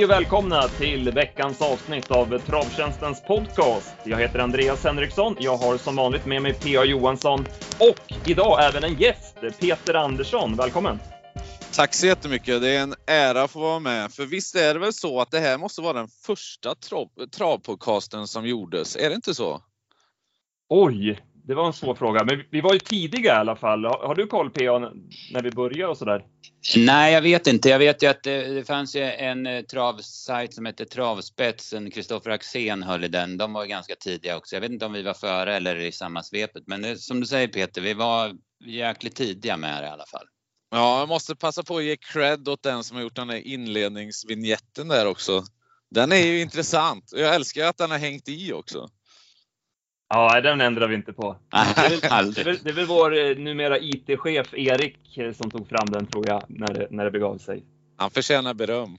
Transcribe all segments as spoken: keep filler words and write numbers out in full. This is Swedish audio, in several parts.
Hej och välkomna till veckans avsnitt av Travtjänstens podcast. Jag heter Andreas Henriksson, jag har som vanligt med mig P A Johansson och idag även en gäst, Peter Andersson. Välkommen! Tack så jättemycket, det är en ära att få vara med. För visst är det väl så att det här måste vara den första trav- travpodcasten som gjordes, är det inte så? Oj, det var en svår fråga, men vi var ju tidiga i alla fall. Har du koll P A när vi började och sådär? Nej, jag vet inte. Jag vet ju att det, det fanns ju en eh, travsajt som heter Travspetsen. Kristoffer Axén höll i den. De var ganska tidiga också. Jag vet inte om vi var före eller i samma svepet. Men det, som du säger Peter, vi var jäkligt tidiga med det i alla fall. Ja, jag måste passa på att ge cred åt den som har gjort den här inledningsvinjetten där också. Den är ju intressant. Jag älskar att den har hängt i också. Ja, den ändrar vi inte på. Det är väl, det är väl, det är väl vår numera I T-chef Erik som tog fram den, tror jag, när det, när det begav sig. Han förtjänar beröm.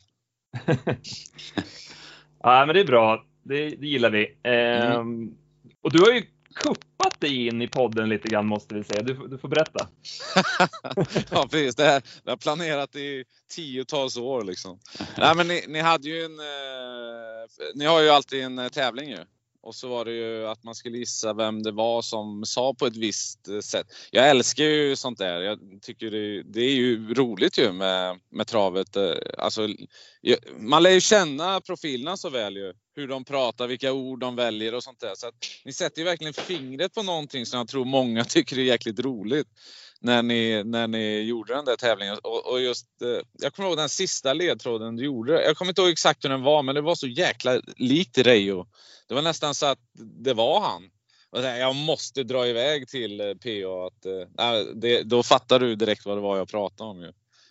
Ja, men det är bra. Det, det gillar vi. Ehm, mm. Och du har ju kuppat dig in i podden lite grann, måste vi säga. Du, du får berätta. Ja, precis. Det här det har planerat i tiotals år liksom. Nej, men ni, ni hade ju en... Eh, ni har ju alltid en tävling ju. Och så var det ju att man skulle gissa vem det var som sa på ett visst sätt. Jag älskar ju sånt där. Jag tycker det, det är ju roligt ju med, med travet. Alltså, man lär ju känna profilerna så väl ju. Hur de pratar, vilka ord de väljer och sånt där. Så att ni sätter ju verkligen fingret på någonting som jag tror många tycker är jäkligt roligt. När ni, när ni gjorde den där tävlingen. Och, och just, jag kommer ihåg den sista ledtråden du gjorde. Jag kommer inte ihåg exakt hur den var, men det var så jäkla likt Reijo. Det var nästan så att det var han. Och jag måste dra iväg till P A. Att, äh, det, då fattar du direkt vad det var jag pratade om. Ju.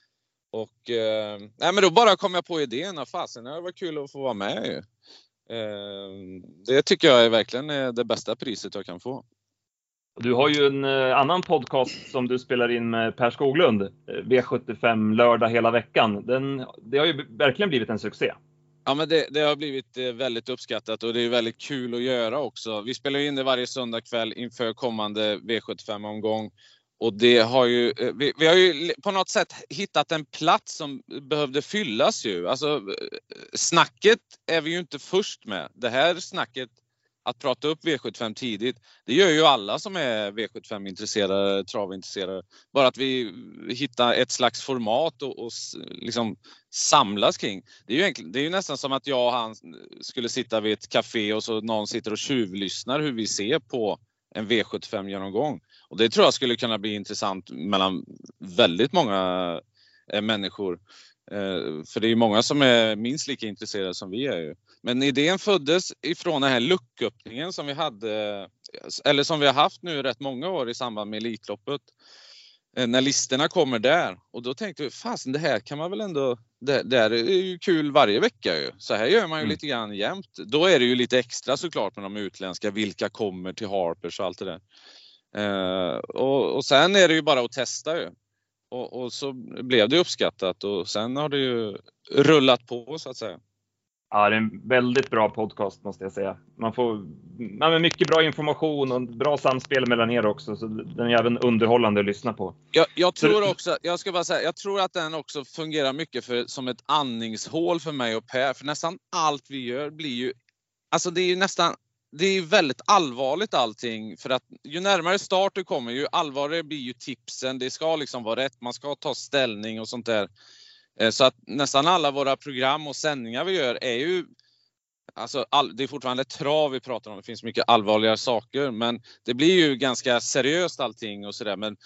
Och äh, nej, men då bara kom jag på idén. Och fasen, det var kul att få vara med. Ju. Äh, det tycker jag är verkligen det bästa priset jag kan få. Du har ju en eh, annan podcast som du spelar in med Per Skoglund. V sjuttiofem lördag hela veckan. Den, det har ju verkligen blivit en succé. Ja, men det, det har blivit väldigt uppskattat och det är väldigt kul att göra också. Vi spelar in det varje söndag kväll inför kommande V sjuttiofem-omgång. Och det har ju, vi, vi har ju på något sätt hittat en plats som behövde fyllas ju. Alltså snacket är vi ju inte först med. Det här snacket, att prata upp V sjuttiofem tidigt, det gör ju alla som är V sjuttiofem-intresserade, travintresserade. Bara att vi hittar ett slags format och, och liksom samlas kring. Det är ju egentligen, det är ju nästan som att jag och han skulle sitta vid ett café och så någon sitter och tjuvlyssnar hur vi ser på en V sjuttiofem-genomgång. Och det tror jag skulle kunna bli intressant mellan väldigt många eh, människor. Eh, för det är ju många som är minst lika intresserade som vi är ju. Men idén föddes ifrån den här lucköppningen som vi hade, eller som vi har haft nu rätt många år i samband med Elitloppet. När listerna kommer där. Och då tänkte vi, fasen det här kan man väl ändå, det, det är ju kul varje vecka ju. Så här gör man ju mm. lite grann jämt. Då är det ju lite extra såklart med de utländska, vilka kommer till Harpers och allt det där. Eh, och, och sen är det ju bara att testa ju. Och, och så blev det uppskattat och sen har det ju rullat på så att säga. Ja, det är en väldigt bra podcast måste jag säga. Man får ja, men mycket bra information och bra samspel mellan er också. Så den är även underhållande att lyssna på. Jag, jag tror också, jag ska bara säga, jag tror att den också fungerar mycket för, som ett andningshål för mig och Per. För nästan allt vi gör blir ju, alltså det är ju nästan, det är ju väldigt allvarligt allting. För att ju närmare start du kommer, ju allvarligare blir ju tipsen. Det ska liksom vara rätt, man ska ta ställning och sånt där. Så att nästan alla våra program och sändningar vi gör är ju, alltså all, det är fortfarande trav vi pratar om, det finns mycket allvarliga saker, men det blir ju ganska seriöst allting och sådär. Men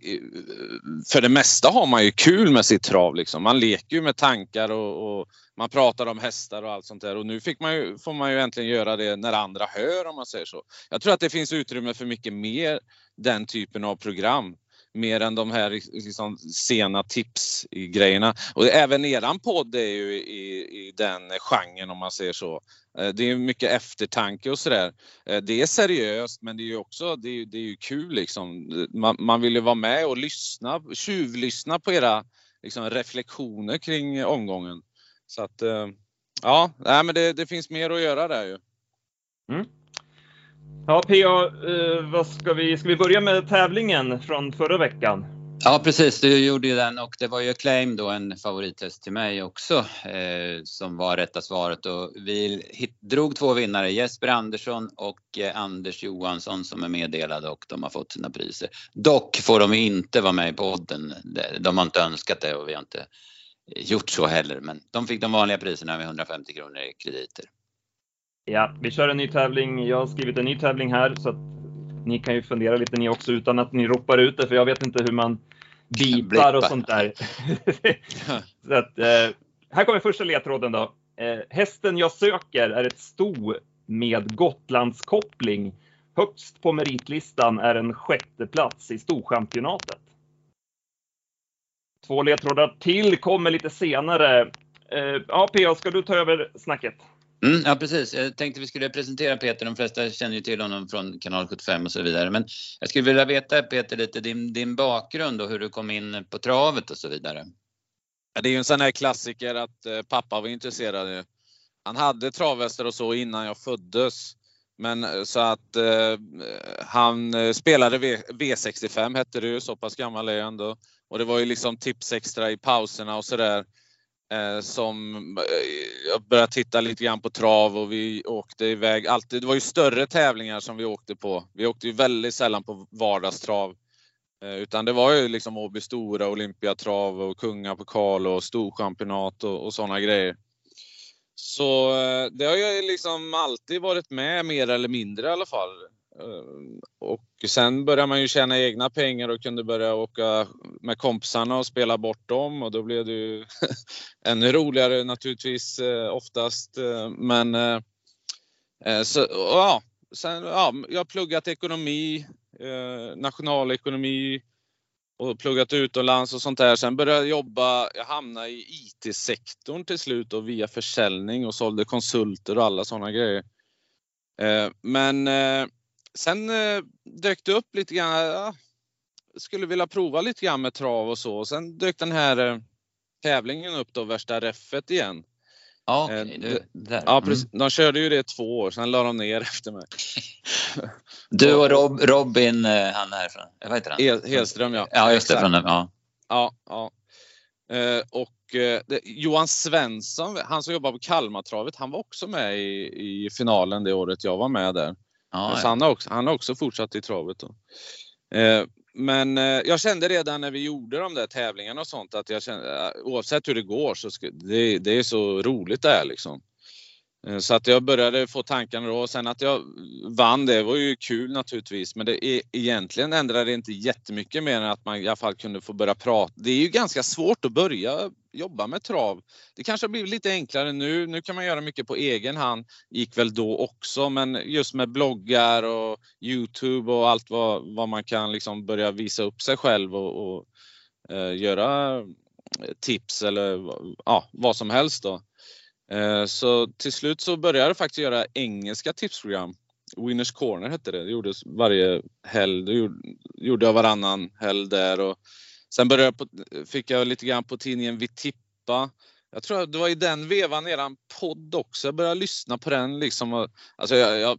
för det mesta har man ju kul med sitt trav liksom. Man leker ju med tankar och, och man pratar om hästar och allt sånt där. Och nu fick man ju, får man ju äntligen göra det när andra hör, om man säger så. Jag tror att det finns utrymme för mycket mer den typen av program. Mer än de här liksom, sena tips i grejerna. Och även eran podd är ju i, i den genren, om man säger så. Det är mycket eftertanke och sådär. Det är seriöst, men det är ju också det är, det är ju kul liksom. Man, man vill ju vara med och lyssna, tjuvlyssna på era liksom, reflektioner kring omgången. Så att ja, nej, men det, det finns mer att göra där ju. Mm. Ja, P A, eh, vad ska vi ska vi börja med tävlingen från förra veckan? Ja, precis. Du gjorde ju den och det var ju Acclaim då, en favorittest till mig också, eh, som var rätta svaret. Och vi hit, drog två vinnare, Jesper Andersson och eh, Anders Johansson, som är meddelade och de har fått sina priser. Dock får de inte vara med i podden. De har inte önskat det och vi har inte gjort så heller. Men de fick de vanliga priserna med hundrafemtio kronor i krediter. Ja, vi kör en ny tävling. Jag har skrivit en ny tävling här så att ni kan ju fundera lite ni också utan att ni ropar ut det, för jag vet inte hur man bipar och sånt där. Så att, eh, här kommer första ledtråden då. Eh, hästen jag söker är ett sto med Gotlandskoppling. Högst på meritlistan är en sjätte plats i storchampionatet. Två ledtrådar till kommer lite senare. Eh, ja, P A, ska du ta över snacket? Mm, ja, precis. Jag tänkte vi skulle presentera Peter. De flesta känner ju till honom från kanal sjuttiofem och så vidare. Men jag skulle vilja veta, Peter, lite din, din bakgrund och hur du kom in på travet och så vidare. Ja, det är ju en sån här klassiker att eh, pappa var intresserad. Han hade travhästar och så innan jag föddes. Men så att eh, han spelade v, V sextiofem hette det ju, så pass gammal är jag ändå. Och det var ju liksom tips extra i pauserna och sådär. Eh, som eh, jag började titta lite grann på trav och vi åkte iväg. Alltid, det var ju större tävlingar som vi åkte på. Vi åkte ju väldigt sällan på vardagstrav. Eh, utan det var ju liksom Åby Stora, Olympiatrav och Kungapokal och storchampionat och, och sådana grejer. Så eh, det har ju liksom alltid varit med mer eller mindre i alla fall. Och sen började man ju tjäna egna pengar och kunde börja åka med kompisarna och spela bort dem. Och då blev det ju ännu roligare naturligtvis oftast. Men så, ja, sen, ja, jag har pluggat ekonomi, nationalekonomi och pluggat utomlands och sånt där. Sen började jag jobba, jag hamnade i I T-sektorn till slut och via försäljning och sålde konsulter och alla sådana grejer. Men sen eh, dök det upp lite grann, ja, skulle vilja prova lite grann med trav och så. Och sen dök den här eh, tävlingen upp då, Värsta Reffet igen. Ja, okej. Okay, eh, där. Ja, precis. De körde ju det två år, sen la de ner efter mig. Du och Rob, Robin, han härifrån, vad heter han? El, Helström, ja. Ja, just det, från den, ja. Ja, ja. Eh, och eh, det, Johan Svensson, han som jobbar på Kalmartravet, han var också med i, i finalen det året jag var med där. Ja, så han, har också, han har också fortsatt i travet då. Eh, men eh, jag kände redan när vi gjorde de där tävlingarna och sånt att jag kände, eh, oavsett hur det går så ska, det, det är så roligt det är liksom. Eh, så att jag började få tankarna då. Och sen att jag vann, det var ju kul naturligtvis. Men det är, egentligen ändrade det inte jättemycket mer än att man i alla fall kunde få börja prata. Det är ju ganska svårt att börja jobba med trav. Det kanske har blivit lite enklare nu. Nu kan man göra mycket på egen hand. Gick väl då också. Men just med bloggar och YouTube och allt vad, vad man kan liksom börja visa upp sig själv och, och eh, göra tips eller ja, vad som helst då. Eh, så till slut så började jag faktiskt göra engelska tipsprogram. Winners Corner hette det. Det gjordes varje helg. Det gjorde, gjorde jag varannan helg där. Och sen började jag på, fick jag lite grann på tidningen Vi Tippa. Jag tror det var i den vevan eran podd också. Jag började lyssna på den liksom. Och, alltså jag, jag,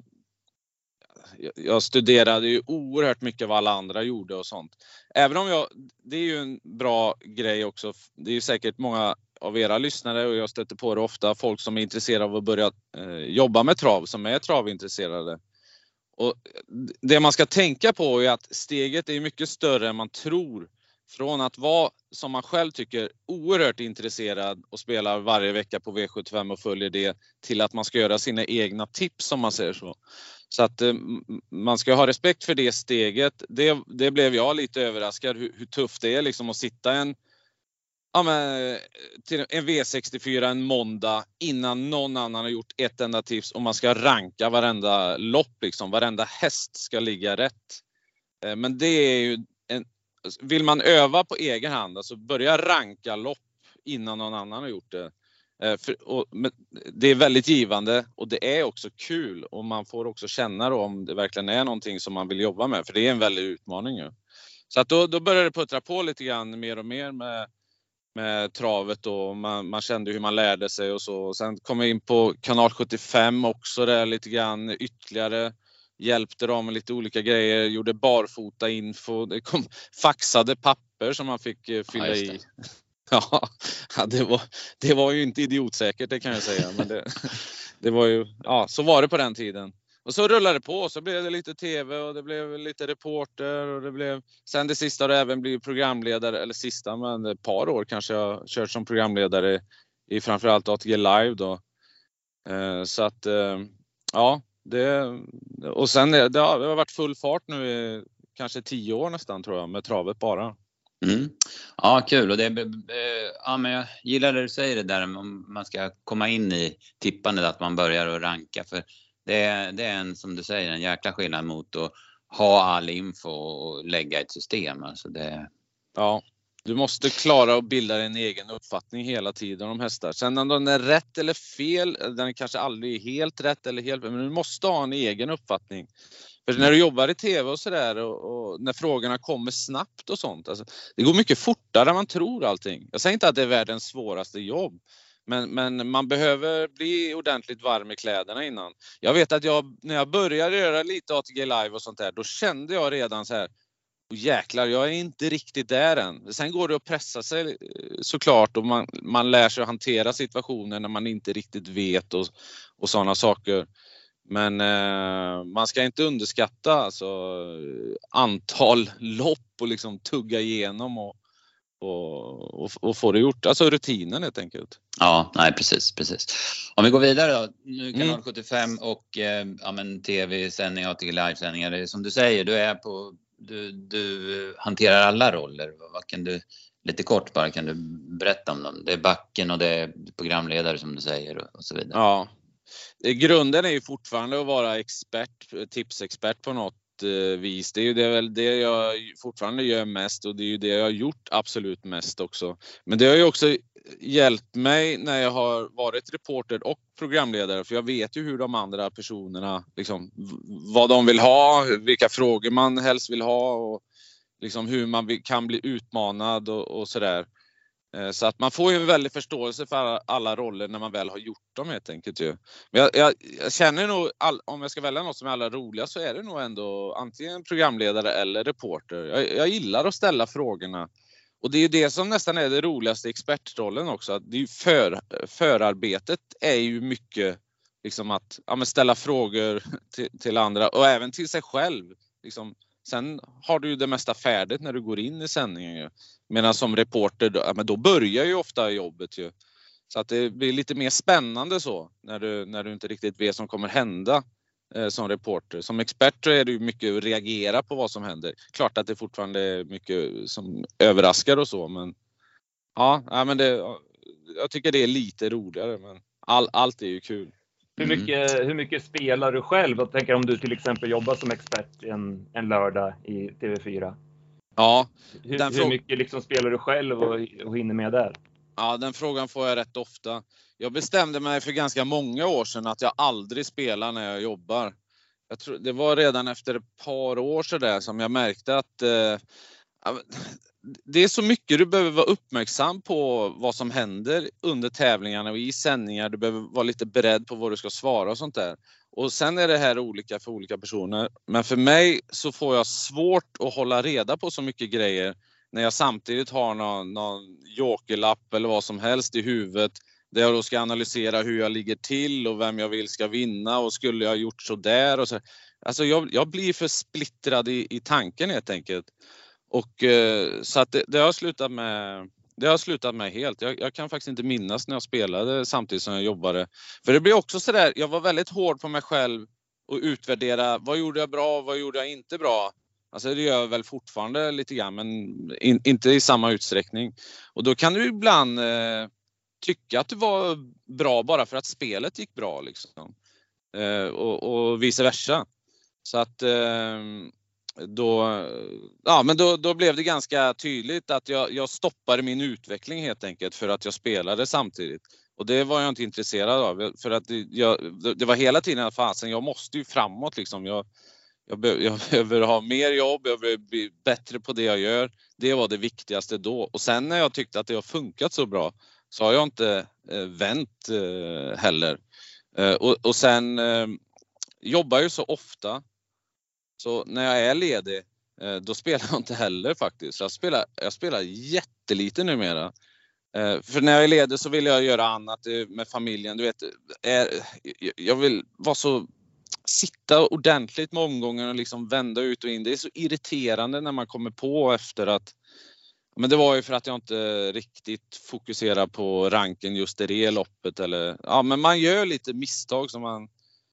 jag studerade ju oerhört mycket vad alla andra gjorde och sånt. Även om jag, det är ju en bra grej också. Det är ju säkert många av era lyssnare och jag stöter på det ofta. Folk som är intresserade av att börja eh, jobba med trav, som är travintresserade. Och det man ska tänka på är att steget är mycket större än man tror. Från att vara, som man själv tycker, oerhört intresserad och spelar varje vecka på V sjuttiofem och följer det, till att man ska göra sina egna tips, som man säger så. Så att eh, man ska ha respekt för det steget. Det, det blev jag lite överraskad hur, hur tufft det är liksom att sitta en, ja, men, till en V sextiofyra en måndag innan någon annan har gjort ett enda tips och man ska ranka varenda lopp liksom. Varenda häst ska ligga rätt. Eh, men det är ju en, vill man öva på egen hand, alltså börja ranka lopp innan någon annan har gjort det. Eh, för, och, men det är väldigt givande och det är också kul och man får också känna då om det verkligen är någonting som man vill jobba med, för det är en väldig utmaning ju. Så att då, då började det puttra på lite grann mer och mer med, med travet och man, man kände hur man lärde sig och så. Och sen kom jag in på kanal sjuttiofem också där lite grann ytterligare. Hjälpte dem med lite olika grejer, gjorde barfota info, det kom faxade papper papper som man fick eh, fylla Ja, i. Ja, det var, det var ju inte idiotsäkert, det kan jag säga. Men det, det var ju, ja, så var det på den tiden. Och så rullade det på, så blev det lite tv och det blev lite reporter och det blev, sen det sista har det även blivit programledare, eller sista, men ett par år kanske jag har kört som programledare i framförallt A T G Live då. Eh, så att, eh, ja, det, och sen det, det har varit full fart nu i kanske tio år nästan tror jag, med travet bara. Mm. Ja, kul. Och det, eh, ja, men jag gillar det du säger det där om man ska komma in i tippandet, att man börjar att ranka. För det är, det är en, som du säger, en jäkla skillnad mot att ha all info och lägga ett system. Alltså det... Ja, du måste klara att bilda en egen uppfattning hela tiden om hästar. Sen om den är rätt eller fel, den är kanske aldrig helt rätt eller helt fel, men du måste ha en egen uppfattning. För när du jobbar i tv och sådär och, och när frågorna kommer snabbt och sånt. Alltså, det går mycket fortare än man tror allting. Jag säger inte att det är världens svåraste jobb. Men, men man behöver bli ordentligt varm i kläderna innan. Jag vet att jag, när jag började göra lite A T G Live och sånt där, då kände jag redan så här, oh, jäklar, jag är inte riktigt där än. Sen går det att pressa sig såklart och man, man lär sig att hantera situationer när man inte riktigt vet och, och sådana saker. Men eh, man ska inte underskatta alltså, antal lopp och liksom tugga igenom och, och, och, och få det gjort. Alltså rutinen helt enkelt. Ja, nej precis, precis. Om vi går vidare då. Nu kanal Mm. sjuttiofem och eh, ja, men tv-sändningar och live-sändningar. Det är som du säger, du är på, du, du hanterar alla roller. Vad kan du, lite kort bara, kan du berätta om dem? Det är backen och det är programledare som du säger och, och så vidare. Ja. Grunden är ju fortfarande att vara expert, tipsexpert på något eh, vis. Det är ju det, väl det jag fortfarande gör mest och det är ju det jag har gjort absolut mest också. Men det har ju också hjälpt mig när jag har varit reporter och programledare, för jag vet ju hur de andra personerna, liksom, vad de vill ha, vilka frågor man helst vill ha och liksom hur man kan bli utmanad och, och sådär. Så att man får ju en väldig förståelse för alla, alla roller när man väl har gjort dem helt enkelt ju. Men jag, jag, jag känner nog, all, om jag ska välja något som är allra roligast, så är det nog ändå antingen programledare eller reporter. Jag, jag gillar att ställa frågorna. Och det är ju det som nästan är det roligaste i expertrollen också. Att det är ju för, förarbetet är ju mycket liksom att ja, men ställa frågor till, till andra och även till sig själv. Liksom. Sen har du ju det mesta färdigt när du går in i sändningen ju. Medan som reporter, då, ja, men då börjar ju ofta jobbet ju. Så att det blir lite mer spännande så när du, när du inte riktigt vet vad som kommer hända eh, som reporter. Som expert är det ju mycket att reagera på vad som händer. Klart att det fortfarande är mycket som överraskar och så, men ja, ja men det, jag tycker det är lite roligare, men all, allt är ju kul. Hur mycket, hur mycket spelar du själv? Jag tänker om du till exempel jobbar som expert en, en lördag i T V fyra. Ja, Hur, den hur mycket liksom spelar du själv och, och hinner med där? Ja, den frågan får jag rätt ofta. Jag bestämde mig för ganska många år sedan att jag aldrig spelar när jag jobbar. Jag tror, det var redan efter ett par år så där som jag märkte att eh, det är så mycket du behöver vara uppmärksam på vad som händer under tävlingarna och i sändningar. Du behöver vara lite beredd på vad du ska svara och sånt där. Och sen är det här olika för olika personer. Men för mig så får jag svårt att hålla reda på så mycket grejer när jag samtidigt har någon, någon jokerlapp eller vad som helst i huvudet. Där jag då ska analysera hur jag ligger till och vem jag vill ska vinna och skulle jag ha gjort så där och så. Alltså jag, jag blir för splittrad i, i tanken helt enkelt. Och eh, så att det, det har slutat med det har slutat med helt. Jag, jag kan faktiskt inte minnas när jag spelade samtidigt som jag jobbade. För det blir också så där, jag var väldigt hård på mig själv och utvärdera vad gjorde jag bra, vad gjorde jag inte bra. Alltså det gör jag väl fortfarande lite grann, men in, inte i samma utsträckning. Och då kan du ibland eh, tycka att du var bra bara för att spelet gick bra liksom. Eh, och, och vice versa. Så att eh, Då, ja, men då, då blev det ganska tydligt att jag, jag stoppade min utveckling helt enkelt för att jag spelade samtidigt. Och det var jag inte intresserad av. För att det, jag, det var hela tiden att fasen, jag måste ju framåt liksom. Jag, jag, be, jag behöver ha mer jobb, jag behöver bli bättre på det jag gör. Det var det viktigaste då. Och sen när jag tyckte att det har funkat så bra så har jag inte eh, vänt eh, heller. Eh, och, och sen eh, jobbar jag ju så ofta. Så när jag är ledig eh, då spelar jag inte heller faktiskt. Jag spelar, jag spelar jättelite numera. Eh, för när jag är ledig så vill jag göra annat eh, med familjen. Du vet, är, jag vill vara så... sitta ordentligt med omgången och liksom vända ut och in. Det är så irriterande när man kommer på efter att... Men det var ju för att jag inte riktigt fokuserar på ranken just i det loppet. Eller, ja, men man gör lite misstag som, man,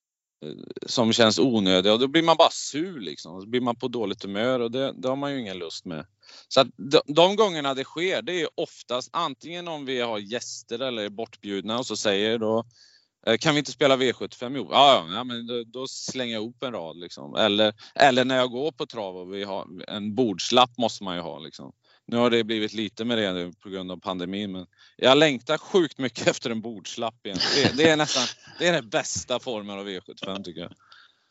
som känns onödiga. Och då blir man bara sur liksom. Så blir man på dåligt humör och det, det har man ju ingen lust med. Så att de, de gångerna det sker, det är oftast antingen om vi har gäster eller är bortbjudna och så säger då... Kan vi inte spela V sjuttiofem? Jo, ja, ja men då, då slänger jag upp en rad liksom. Eller, eller när jag går på trav och vi har en bordslapp måste man ju ha liksom. Nu har det blivit lite med det nu på grund av pandemin, men jag längtar sjukt mycket efter en bordslapp igen. Det, det är nästan det är den bästa formen av V sjuttiofem tycker jag.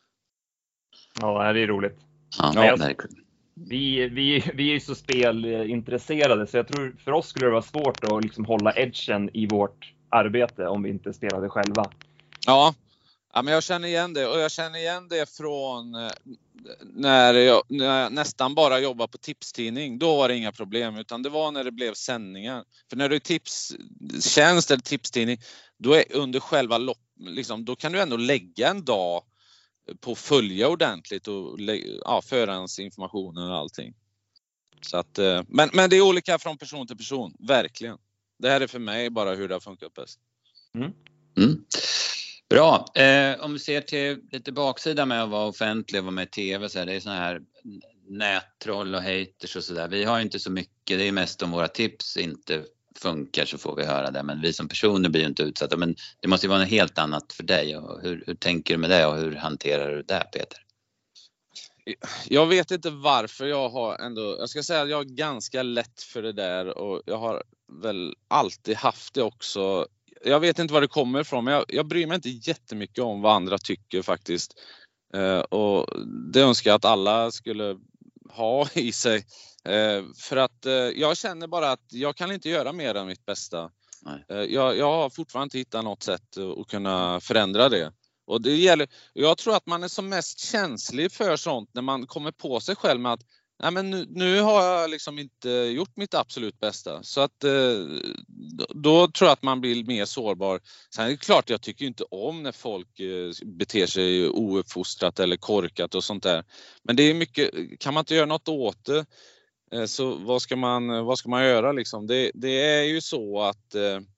Ja, det är roligt. Ja, Men jag, det är kul. vi, vi, vi är ju så spelintresserade så jag tror för oss skulle det vara svårt att liksom hålla edgen i vårt arbete om vi inte spelade själva. Ja, ja men jag känner igen det och jag känner igen det från när jag, när jag nästan bara jobbade på tipstidning. Då var det inga problem utan det var när det blev sändningar. För när du är tipstjänst eller tipstidning då är under själva lopp liksom, då kan du ändå lägga en dag på att följa ordentligt och ja, förhandsinformationen och allting. Så att, men, men det är olika från person till person, verkligen. Det här är för mig bara hur det har funkat bäst. Mm. Mm. Bra. Eh, om vi ser till lite baksida med att vara offentlig och vara med i tv så är det såna här nättroll och haters och sådär. Vi har ju inte så mycket, det är mest om våra tips inte funkar så får vi höra det. Men vi som personer blir ju inte utsatta. Men det måste ju vara något helt annat för dig. Och hur, hur tänker du med det och hur hanterar du det, Peter? Jag vet inte varför jag har ändå, jag ska säga att jag har ganska lätt för det där och jag har väl alltid haft det också. Jag vet inte var det kommer ifrån men jag, jag bryr mig inte jättemycket om vad andra tycker faktiskt. Eh, och det önskar jag att alla skulle ha i sig. Eh, för att eh, jag känner bara att jag kan inte göra mer än mitt bästa. Eh, jag, jag har fortfarande inte hittat något sätt att kunna förändra det. Och det gäller, jag tror att man är som mest känslig för sånt när man kommer på sig själv med att nej men nu, nu har jag liksom inte gjort mitt absolut bästa. Så att då, då tror jag att man blir mer sårbar. Sen är det klart jag tycker inte om när folk beter sig ouppfostrat eller korkat och sånt där. Men det är mycket, kan man inte göra något åt det så vad ska man, vad ska man göra liksom? Det, det är ju så att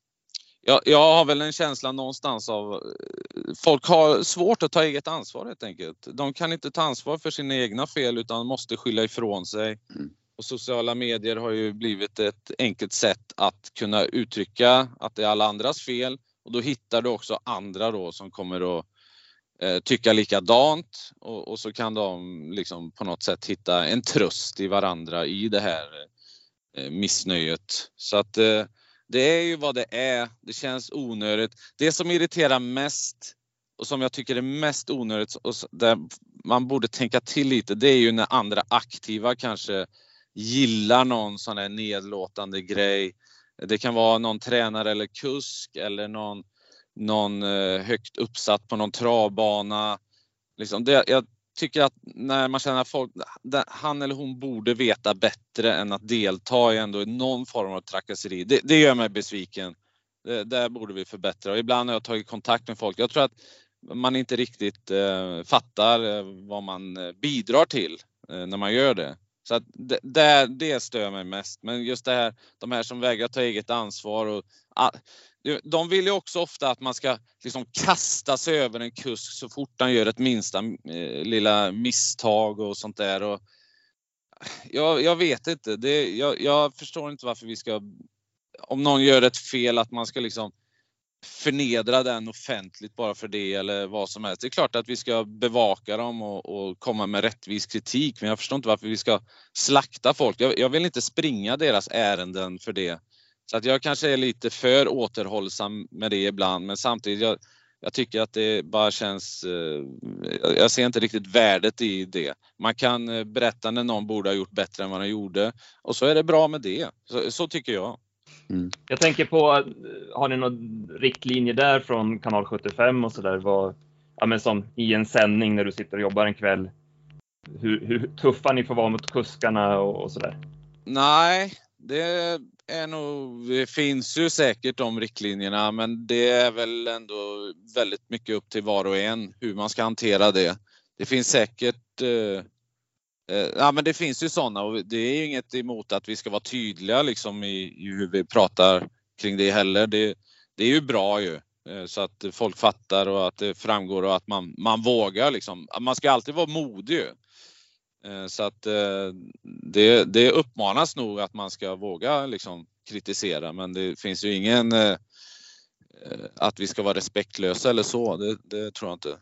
Jag, jag har väl en känsla någonstans av folk har svårt att ta eget ansvar helt enkelt. De kan inte ta ansvar för sina egna fel utan måste skylla ifrån sig. Mm. Och sociala medier har ju blivit ett enkelt sätt att kunna uttrycka att det är alla andras fel. Och då hittar du också andra då som kommer att eh, tycka likadant. Och, och så kan de liksom på något sätt hitta en tröst i varandra i det här eh, missnöjet. Så att... Eh, Det är ju vad det är. Det känns onödigt. Det som irriterar mest och som jag tycker är mest onödigt och där man borde tänka till lite, det är ju när andra aktiva kanske gillar någon sån här nedlåtande grej. Det kan vara någon tränare eller kusk eller någon, någon högt uppsatt på någon travbana. Liksom det, jag tycker att när man känner att folk, han eller hon borde veta bättre än att delta i ändå någon form av trakasseri. Det, det gör mig besviken. Det, där borde vi förbättra. Och ibland har jag tagit kontakt med folk. Jag tror att man inte riktigt eh, fattar eh, vad man bidrar till eh, när man gör det. Så att det, det, det stör mig mest. Men just det här, de här som vägrar ta eget ansvar och ah, de vill ju också ofta att man ska liksom kasta sig över en kusk så fort han gör ett minsta eh, lilla misstag och sånt där. Och jag, jag vet inte. Det, jag, jag förstår inte varför vi ska, om någon gör ett fel, att man ska liksom förnedra den offentligt bara för det eller vad som helst. Det är klart att vi ska bevaka dem och, och komma med rättvis kritik. Men jag förstår inte varför vi ska slakta folk. Jag, jag vill inte springa deras ärenden för det. Så att jag kanske är lite för återhållsam med det ibland. Men samtidigt, jag, jag tycker att det bara känns... Eh, jag ser inte riktigt värdet i det. Man kan eh, berätta när någon borde ha gjort bättre än vad den gjorde. Och så är det bra med det. Så, så tycker jag. Mm. Jag tänker på, har ni någon riktlinje där från kanal sjuttiofem och sådär? Ja, men som i en sändning när du sitter och jobbar en kväll. hur, hur tuffa ni får vara mot kuskarna och, och sådär? Nej, det är nog, det finns ju säkert de riktlinjerna, men det är väl ändå väldigt mycket upp till var och en hur man ska hantera det. Det finns säkert, eh, eh, ja men det finns ju sådana, och det är inget emot att vi ska vara tydliga liksom i, i hur vi pratar kring det heller. Det, det är ju bra ju, eh, så att folk fattar och att det framgår och att man, man vågar liksom. Man ska alltid vara modig ju. Så att det, det uppmanas nog att man ska våga liksom kritisera, men det finns ju ingen att vi ska vara respektlösa eller så, det, det tror jag inte.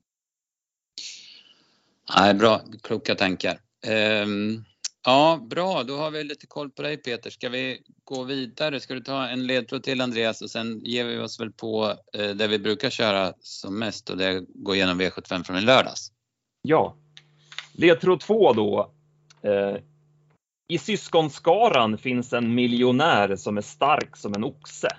Nej, bra, kloka tankar. Um, ja, bra, då har vi lite koll på dig Peter. Ska vi gå vidare? Ska du ta en ledtråd till Andreas och sen ger vi oss väl på uh, där vi brukar köra som mest, och det går igenom V sjuttiofem från i lördags. Ja. Ledtråd två då. Eh, I syskonskaran finns en miljonär som är stark som en oxe.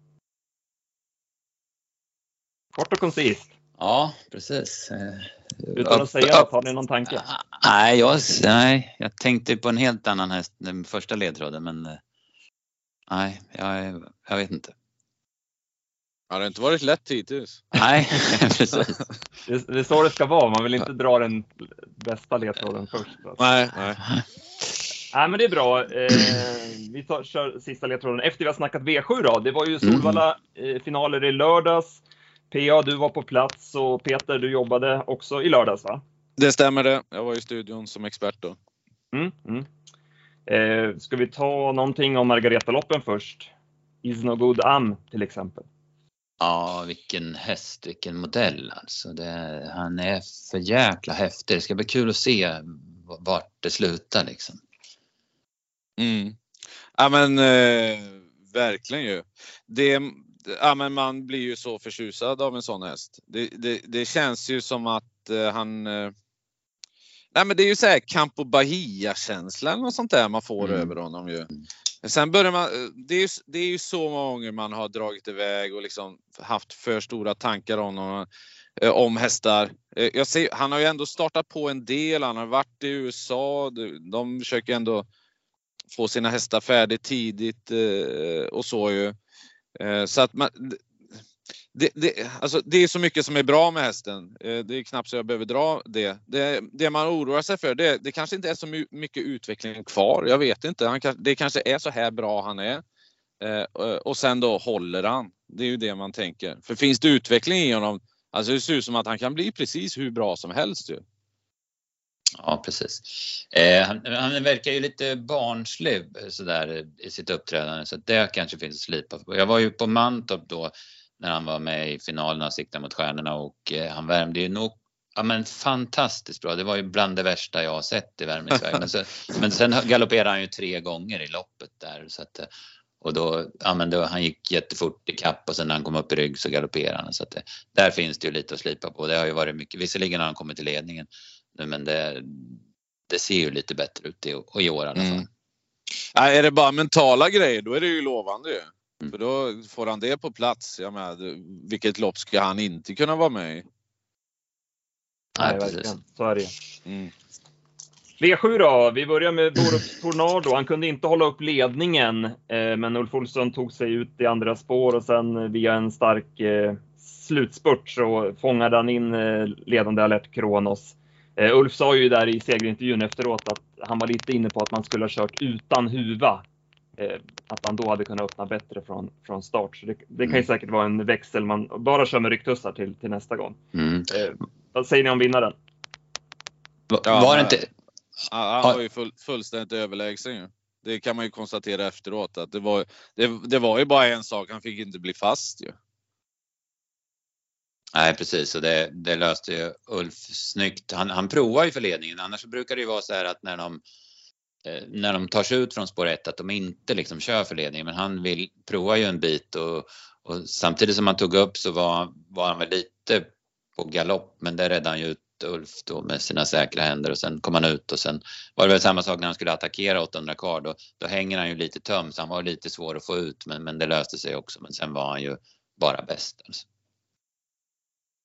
Kort och koncist. Ja, precis. Utan att säga något, har ni någon tanke? Nej jag, nej, jag tänkte på en helt annan häst, den första ledtråden, men nej, jag, jag vet inte. Ja, det har inte varit lätt hittills. Nej, precis. Det, det är så det ska vara. Man vill inte dra den bästa ledtråden först. Alltså. Nej, nej. Nej, men det är bra. Eh, vi tar, kör sista ledtråden. Efter vi har snackat V sju då. Det var ju Solvalla eh, finaler i lördags. P A, du var på plats och Peter, du jobbade också i lördags va? Det stämmer det. Jag var i studion som expert då. Mm, mm. Eh, ska vi ta någonting om Margareta-loppen först? Is no good am till exempel. Ja, vilken häst, vilken modell alltså. Det, han är för jäkla häftig. Det ska bli kul att se vart det slutar liksom. Mm. Ja men eh, verkligen ju. Det, ja, men man blir ju så förtjusad av en sån häst. Det, det, det känns ju som att eh, han... Eh, nej men det är ju så här Campo Bahia-känslan och sånt där man får mm. över honom ju. Sen börjar man, det är, ju, det är ju så många gånger man har dragit iväg och liksom haft för stora tankar om, honom, om hästar. Jag ser, han har ju ändå startat på en del, han har varit i U S A, de försöker ändå få sina hästar färdigt tidigt och så ju. Så att man, det, det, alltså det är så mycket som är bra med hästen. Det är knappt så jag behöver dra det. Det, det man oroar sig för, det, det kanske inte är så mycket utveckling kvar. Jag vet inte. Han, det kanske är så här bra han är. Och sen då håller han. Det är ju det man tänker. För finns det utveckling i honom, alltså det ser ut som att han kan bli precis hur bra som helst ju. Ja, precis. Eh, han, han verkar ju lite barnslig sådär i sitt uppträdande, så det kanske finns att slipa på. Jag var ju på Mantorp då när han var med i finalen och siktade mot stjärnorna, och eh, han värmde ju nog, ja men fantastiskt bra. Det var ju bland det värsta jag har sett i värmningsväg. men, så, men sen galopperade han ju tre gånger i loppet där, så att, och då, ja men då, han gick jättefort i kapp, och sen när han kom upp i rygg så galopperade han. Så att det, där finns det ju lite att slipa på. Det har ju varit mycket, visserligen har han kommit till ledningen nu, men det, det ser ju lite bättre ut i, och i år i alla fall. Mm. Ja, är det bara mentala grejer, då är det ju lovande ju. Mm. För då får han det på plats. Jag menar, vilket lopp ska han inte kunna vara med i? Nej, verkligen. Så är det. Mm. V sju då, vi börjar med Borups Tornado. Han kunde inte hålla upp ledningen, eh, men Ulf Olsson tog sig ut i andra spår, och sen via en stark eh, slutspurt så fångade han in eh, ledande Alert Kronos. Uh, Ulf sa ju där i segerintervjun efteråt att han var lite inne på att man skulle ha kört utan huva. Uh, att han då hade kunnat öppna bättre från, från start. Så det, det kan ju säkert vara en växel man bara kör med rycktussar till, till nästa gång. Mm. Uh, vad säger ni om vinnaren? Va, ja, var det inte... Han var ju full, fullständigt överlägsen ju. Det kan man ju konstatera efteråt. Att det, var, det, det var ju bara en sak, han fick inte bli fast ju. Nej, precis. Och det, det löste ju Ulf snyggt. Han, han provar ju för ledningen. Annars brukar det ju vara så här att när de, eh, när de tar sig ut från spår ett att de inte liksom kör för ledningen. Men han vill prova ju en bit. Och, och samtidigt som han tog upp så var, var han väl lite på galopp. Men där räddade han ju ut Ulf då med sina säkra händer. Och sen kom han ut. Och sen var det väl samma sak när han skulle attackera åttahundra kvar. Då, då hänger han ju lite töm. Så han var lite svår att få ut. Men, men det löste sig också. Men sen var han ju bara bäst alltså.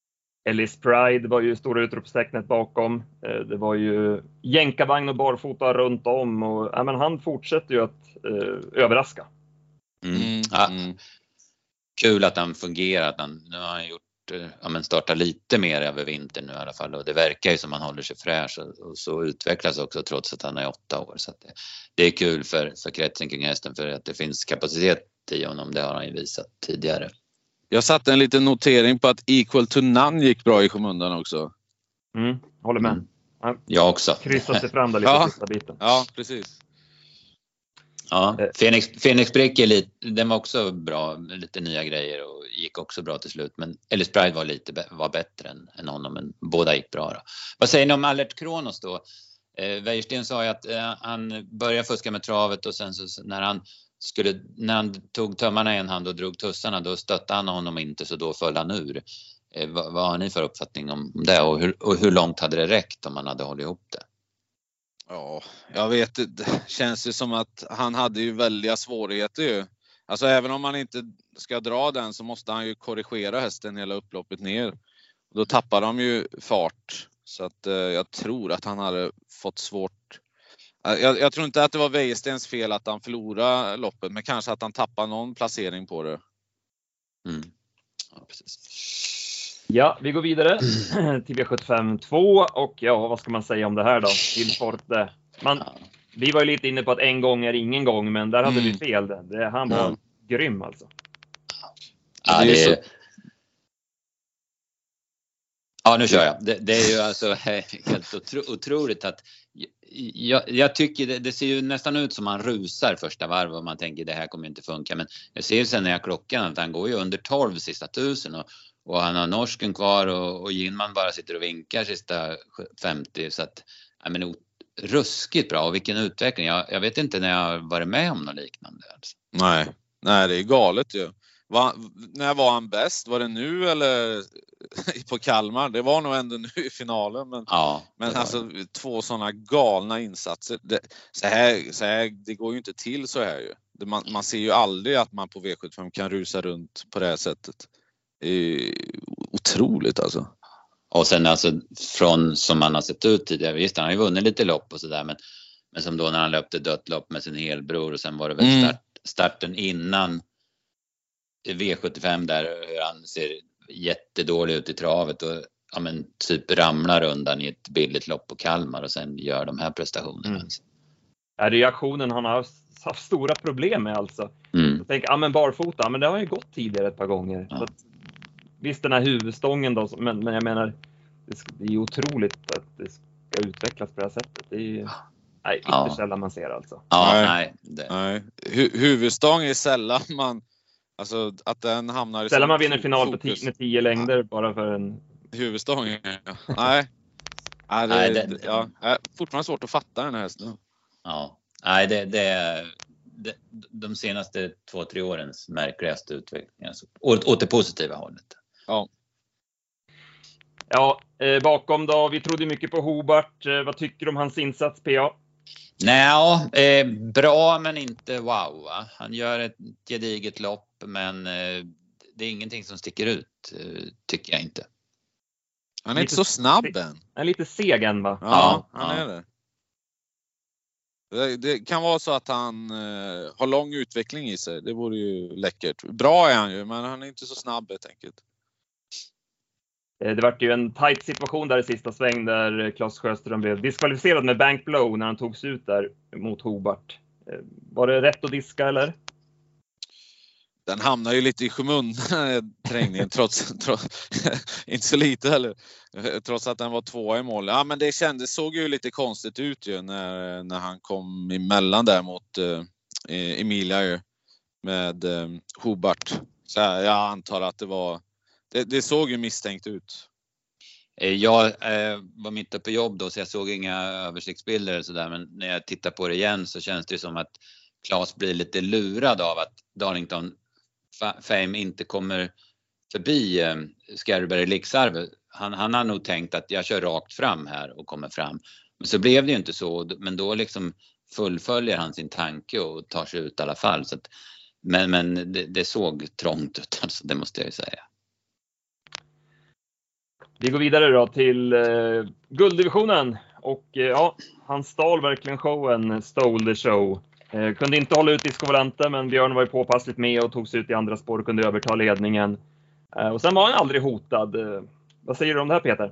Ellis Pride var ju stora utropstecknet bakom. Det var ju jänkarvagn och barfota runt om. Och, ja, men han fortsätter ju att eh, överraska. Mm. Ja. Kul att han fungerar. Att han, nu har han gjort, ja, men startar lite mer över vintern nu i alla fall. Och det verkar ju som han håller sig fräsch. Och, och så utvecklas också trots att han är åtta år. Så att det, det är kul för, för kretsen kring hästen. För att det finns kapacitet i honom. Det har han ju visat tidigare. Jag satte en liten notering på att Equal to None gick bra i skymundan också. Mm, håller med. Mm. Jag också. Kryssar sig fram där lite ja. sista biten. Ja, precis. Ja, Phoenix, Phoenix Brick är lite, den var också bra, lite nya grejer och gick också bra till slut. Men Ellis Pride var lite var bättre än, än honom, men båda gick bra då. Vad säger ni om Alert Kronos då? Eh, Wäjersten sa ju att eh, han började fuska med travet och sen så när han skulle, när han tog tömmarna i en hand och drog tussarna, då stötte han honom inte, så då föll han ur. Eh, vad, vad har ni för uppfattning om det och hur, och hur långt hade det räckt om man hade hållit ihop det? Ja, jag vet, det känns ju som att han hade ju väldiga svårigheter ju. Alltså även om man inte ska dra den så måste han ju korrigera hästen hela upploppet ner. Då tappar de ju fart. Så att eh, jag tror att han hade fått svårt. Jag, jag tror inte att det var Wäjerstens fel att han förlorade loppet, men kanske att han tappade någon placering på det. Mm. Ja, precis. Ja, vi går vidare till V sjuttiofem två och ja, vad ska man säga om det här då? Till Forte. Man, vi var ju lite inne på att en gång är ingen gång, men där hade mm. vi fel. Det, han var mm. grym alltså. Ja, det är... Ja, nu kör jag. Det, det är ju alltså helt otro, otroligt att jag, jag tycker det, det ser ju nästan ut som han rusar första varv och man tänker det här kommer inte funka. Men jag ser ju sen när jag klockar att han går ju under tolv sista tusen och, och han har norsken kvar och, och Ginman bara sitter och vinkar sista femtio. Så att, jag menar, ruskigt bra och vilken utveckling. Jag, jag vet inte när jag har varit med om något liknande. Alltså. Nej, nej, det är galet ju. Va, när var han bäst? Var det nu eller på Kalmar? Det var nog ändå nu i finalen. Men, ja, men alltså två sådana galna insatser. Det, så här, så här, det går ju inte till så här ju. Det, man, man ser ju aldrig att man på V sjuttiofem kan rusa runt på det här sättet. Det är otroligt alltså. Och sen alltså från som man har sett ut tidigare. Visst, han har ju vunnit lite lopp och sådär. Men, men som då när han löpte dött lopp med sin helbror. Och sen var det väl mm. start, starten innan V sjuttiofem där han ser jättedålig ut i travet och ja, men typ ramlar undan i ett billigt lopp på Kalmar och sen gör de här prestationerna. Mm. Ja, reaktionen han har haft stora problem med alltså. Mm. Jag tänker, ja men barfota, men det har ju gått tidigare ett par gånger. Ja. Så att, visst den här huvudstången då, men, men jag menar det är ju otroligt att det ska utvecklas på det här sättet. Det är ju nej, ytterst ja. sällan man ser alltså. Ja, nej. nej. Det. nej. Hu- huvudstång är sällan man alltså att den hamnar i sällan man vinner final på tio, med tio längder ja. bara för en huvudstång. Ja. Nej. Nej, det, nej det, ja, är fortfarande svårt att fatta den här hästen. Ja. Nej, det, det, det de senaste två, tre årens märkligaste utveckling alltså, åt, åt det positiva hållet. Ja. Ja, eh, bakom då, vi trodde mycket på Hobart. Eh, vad tycker du om hans insats, P A? Nej, eh, bra men inte wow. Va? Han gör ett gediget lopp men eh, det är ingenting som sticker ut, eh, tycker jag inte. Han är lite, inte så snabb än. Han är lite seg än va? Ja, ja han ja. är det. det. Det kan vara så att han eh, har lång utveckling i sig. Det vore ju läckert. Bra är han ju, men han är inte så snabb helt enkelt. Det var ju en tight situation där i sista sväng där Claes Sjöström blev diskvalificerad med bank blow när han togs ut där mot Hobart. Var det rätt att diska eller? Den hamnar ju lite i skymundan trängningen trots, trots inte så lite heller. Trots att den var två i mål. Ja, men det kändes såg ju lite konstigt ut ju när när han kom emellan där mot eh, Emilia ju med eh, Hobart. Så här, jag antar att det var Det, det såg ju misstänkt ut. Jag eh, var mitt uppe på jobb då så jag såg inga översiktsbilder och sådär. Men när jag tittar på det igen så känns det som att Claes blir lite lurad av att Darlington Fame inte kommer förbi eh, Skarberg Liksarv. Han, han har nog tänkt att jag kör rakt fram här och kommer fram. Men så blev det ju inte så. Men då liksom fullföljer han sin tanke och tar sig ut i alla fall. Så att, men men det, det såg trångt ut alltså, det måste jag ju säga. Vi går vidare då till eh, gulddivisionen. Och eh, ja, han stal verkligen showen, stole the show. Eh, kunde inte hålla ut Disco Volante, men Björn var ju påpassligt med och tog sig ut i andra spår och kunde överta ledningen. Eh, och sen var han aldrig hotad. Eh, vad säger du om det här, Peter?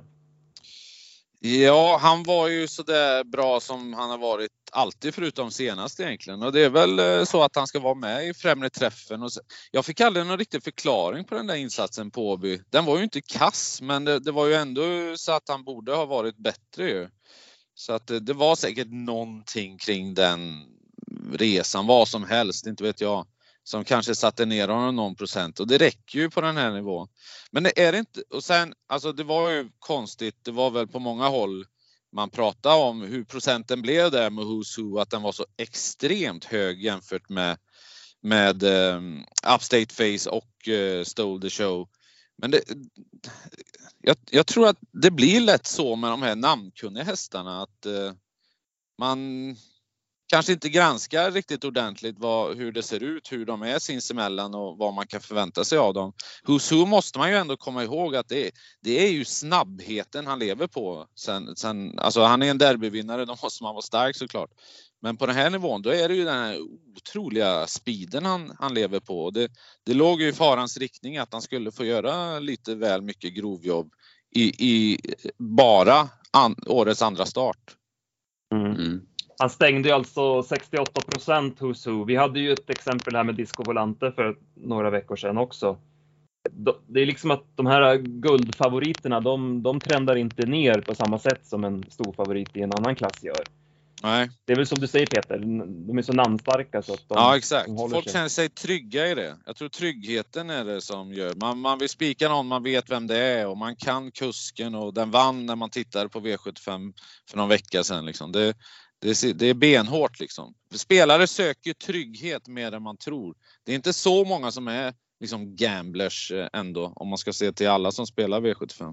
Ja, han var ju så där bra som han har varit alltid förutom senast egentligen. Och det är väl så att han ska vara med i främre träffen. Och så, jag fick aldrig någon riktig förklaring på den där insatsen på Åby. Den var ju inte kass, men det, det var ju ändå så att han borde ha varit bättre ju. Så att det, det var säkert någonting kring den resan, vad som helst, inte vet jag, som kanske satte ner honom någon procent. Och det räcker ju på den här nivån. Men det är det inte. Och sen, alltså det var ju konstigt. Det var väl på många håll man pratade om hur procenten blev där med Who's Who. Att den var så extremt hög jämfört med, med um, Upstate Face och uh, Stole the Show. Men det, jag, jag tror att det blir lätt så med de här namnkunniga hästarna. Att uh, man kanske inte granskar riktigt ordentligt vad, hur det ser ut, hur de är sinsemellan och vad man kan förvänta sig av dem. Who's Who måste man ju ändå komma ihåg att det är, det är ju snabbheten han lever på. Sen, sen, alltså han är en derbyvinnare, då måste man vara stark såklart. Men på den här nivån, då är det ju den här otroliga speeden han, han lever på. Det, det låg ju i farans riktning att han skulle få göra lite väl mycket grovjobb i, i bara an, årets andra start. Mm. Mm. Han stängde ju alltså sextioåtta procent Who's Who. Vi hade ju ett exempel här med Disco Volante för några veckor sedan också. Det är liksom att de här guldfavoriterna, de, de trendar inte ner på samma sätt som en stor favorit i en annan klass gör. Nej. Det är väl som du säger, Peter, de är så namnstarka så att de, ja, exakt. de Folk sig. känner sig trygga i det. Jag tror tryggheten är det som gör. Man, man vill spika någon, man vet vem det är och man kan kusken och den vann när man tittade på V sjuttiofem för någon vecka sedan. Liksom. Det, det, det är benhårt liksom. Spelare söker trygghet mer än man tror. Det är inte så många som är liksom gamblers ändå, om man ska se till alla som spelar V sjuttiofem.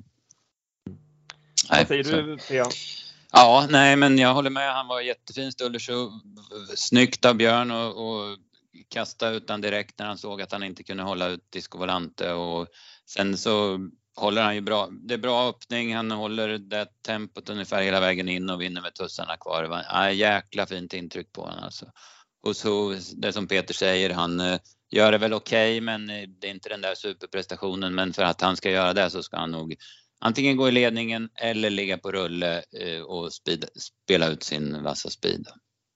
Nej, vad säger du, Pia? Ja, nej, men jag håller med. Han var jättefin Stullershow. Snyggt av Björn och, och kasta ut den direkt när han såg att han inte kunde hålla ut Disco Volante. Och sen så håller han ju bra. Det är bra öppning. Han håller det tempot ungefär hela vägen in och vinner med tussarna kvar. Det var ja, jäkla fint intryck på honom alltså. Och så, det som Peter säger, han uh, gör det väl okej, okay, men det är inte den där superprestationen. Men för att han ska göra det så ska han nog antingen gå i ledningen eller ligga på rulle uh, och speed, spela ut sin vassa speed.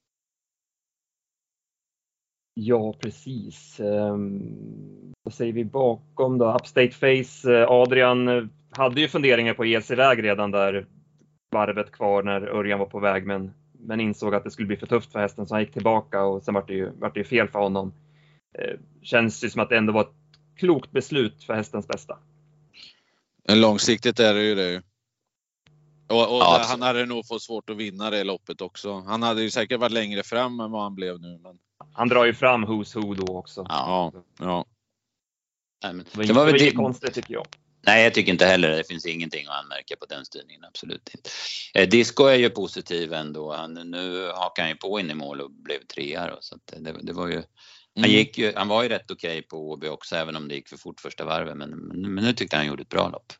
Ja, precis. Um, vad säger vi bakom då? Upstate Face, uh, Adrian hade ju funderingar på att ge sig iväg redan där varvet kvar när Örjan var på väg, men men insåg att det skulle bli för tufft för hästen, så han gick tillbaka och sen var det ju, var det ju fel för honom. Eh, känns det som att det ändå var ett klokt beslut för hästens bästa. Långsiktigt är det ju det. Och, och ja, han hade nog fått svårt att vinna det loppet också. Han hade ju säkert varit längre fram än vad han blev nu. Men... Han drar ju fram Who's Who då också. Ja, ja. Nej, men, det var, det var inget konstigt tycker jag. Nej, jag tycker inte heller. Det finns ingenting att anmärka på den styrningen, absolut inte. Eh, Disco är ju positiv ändå. Han, nu hakar han ju på in i mål och blev trea. Så att det, det var ju, mm. han, gick ju, han var ju rätt okej på Åby också, även om det gick för fort första varvet. Men, men, men nu tyckte han gjorde ett bra lopp.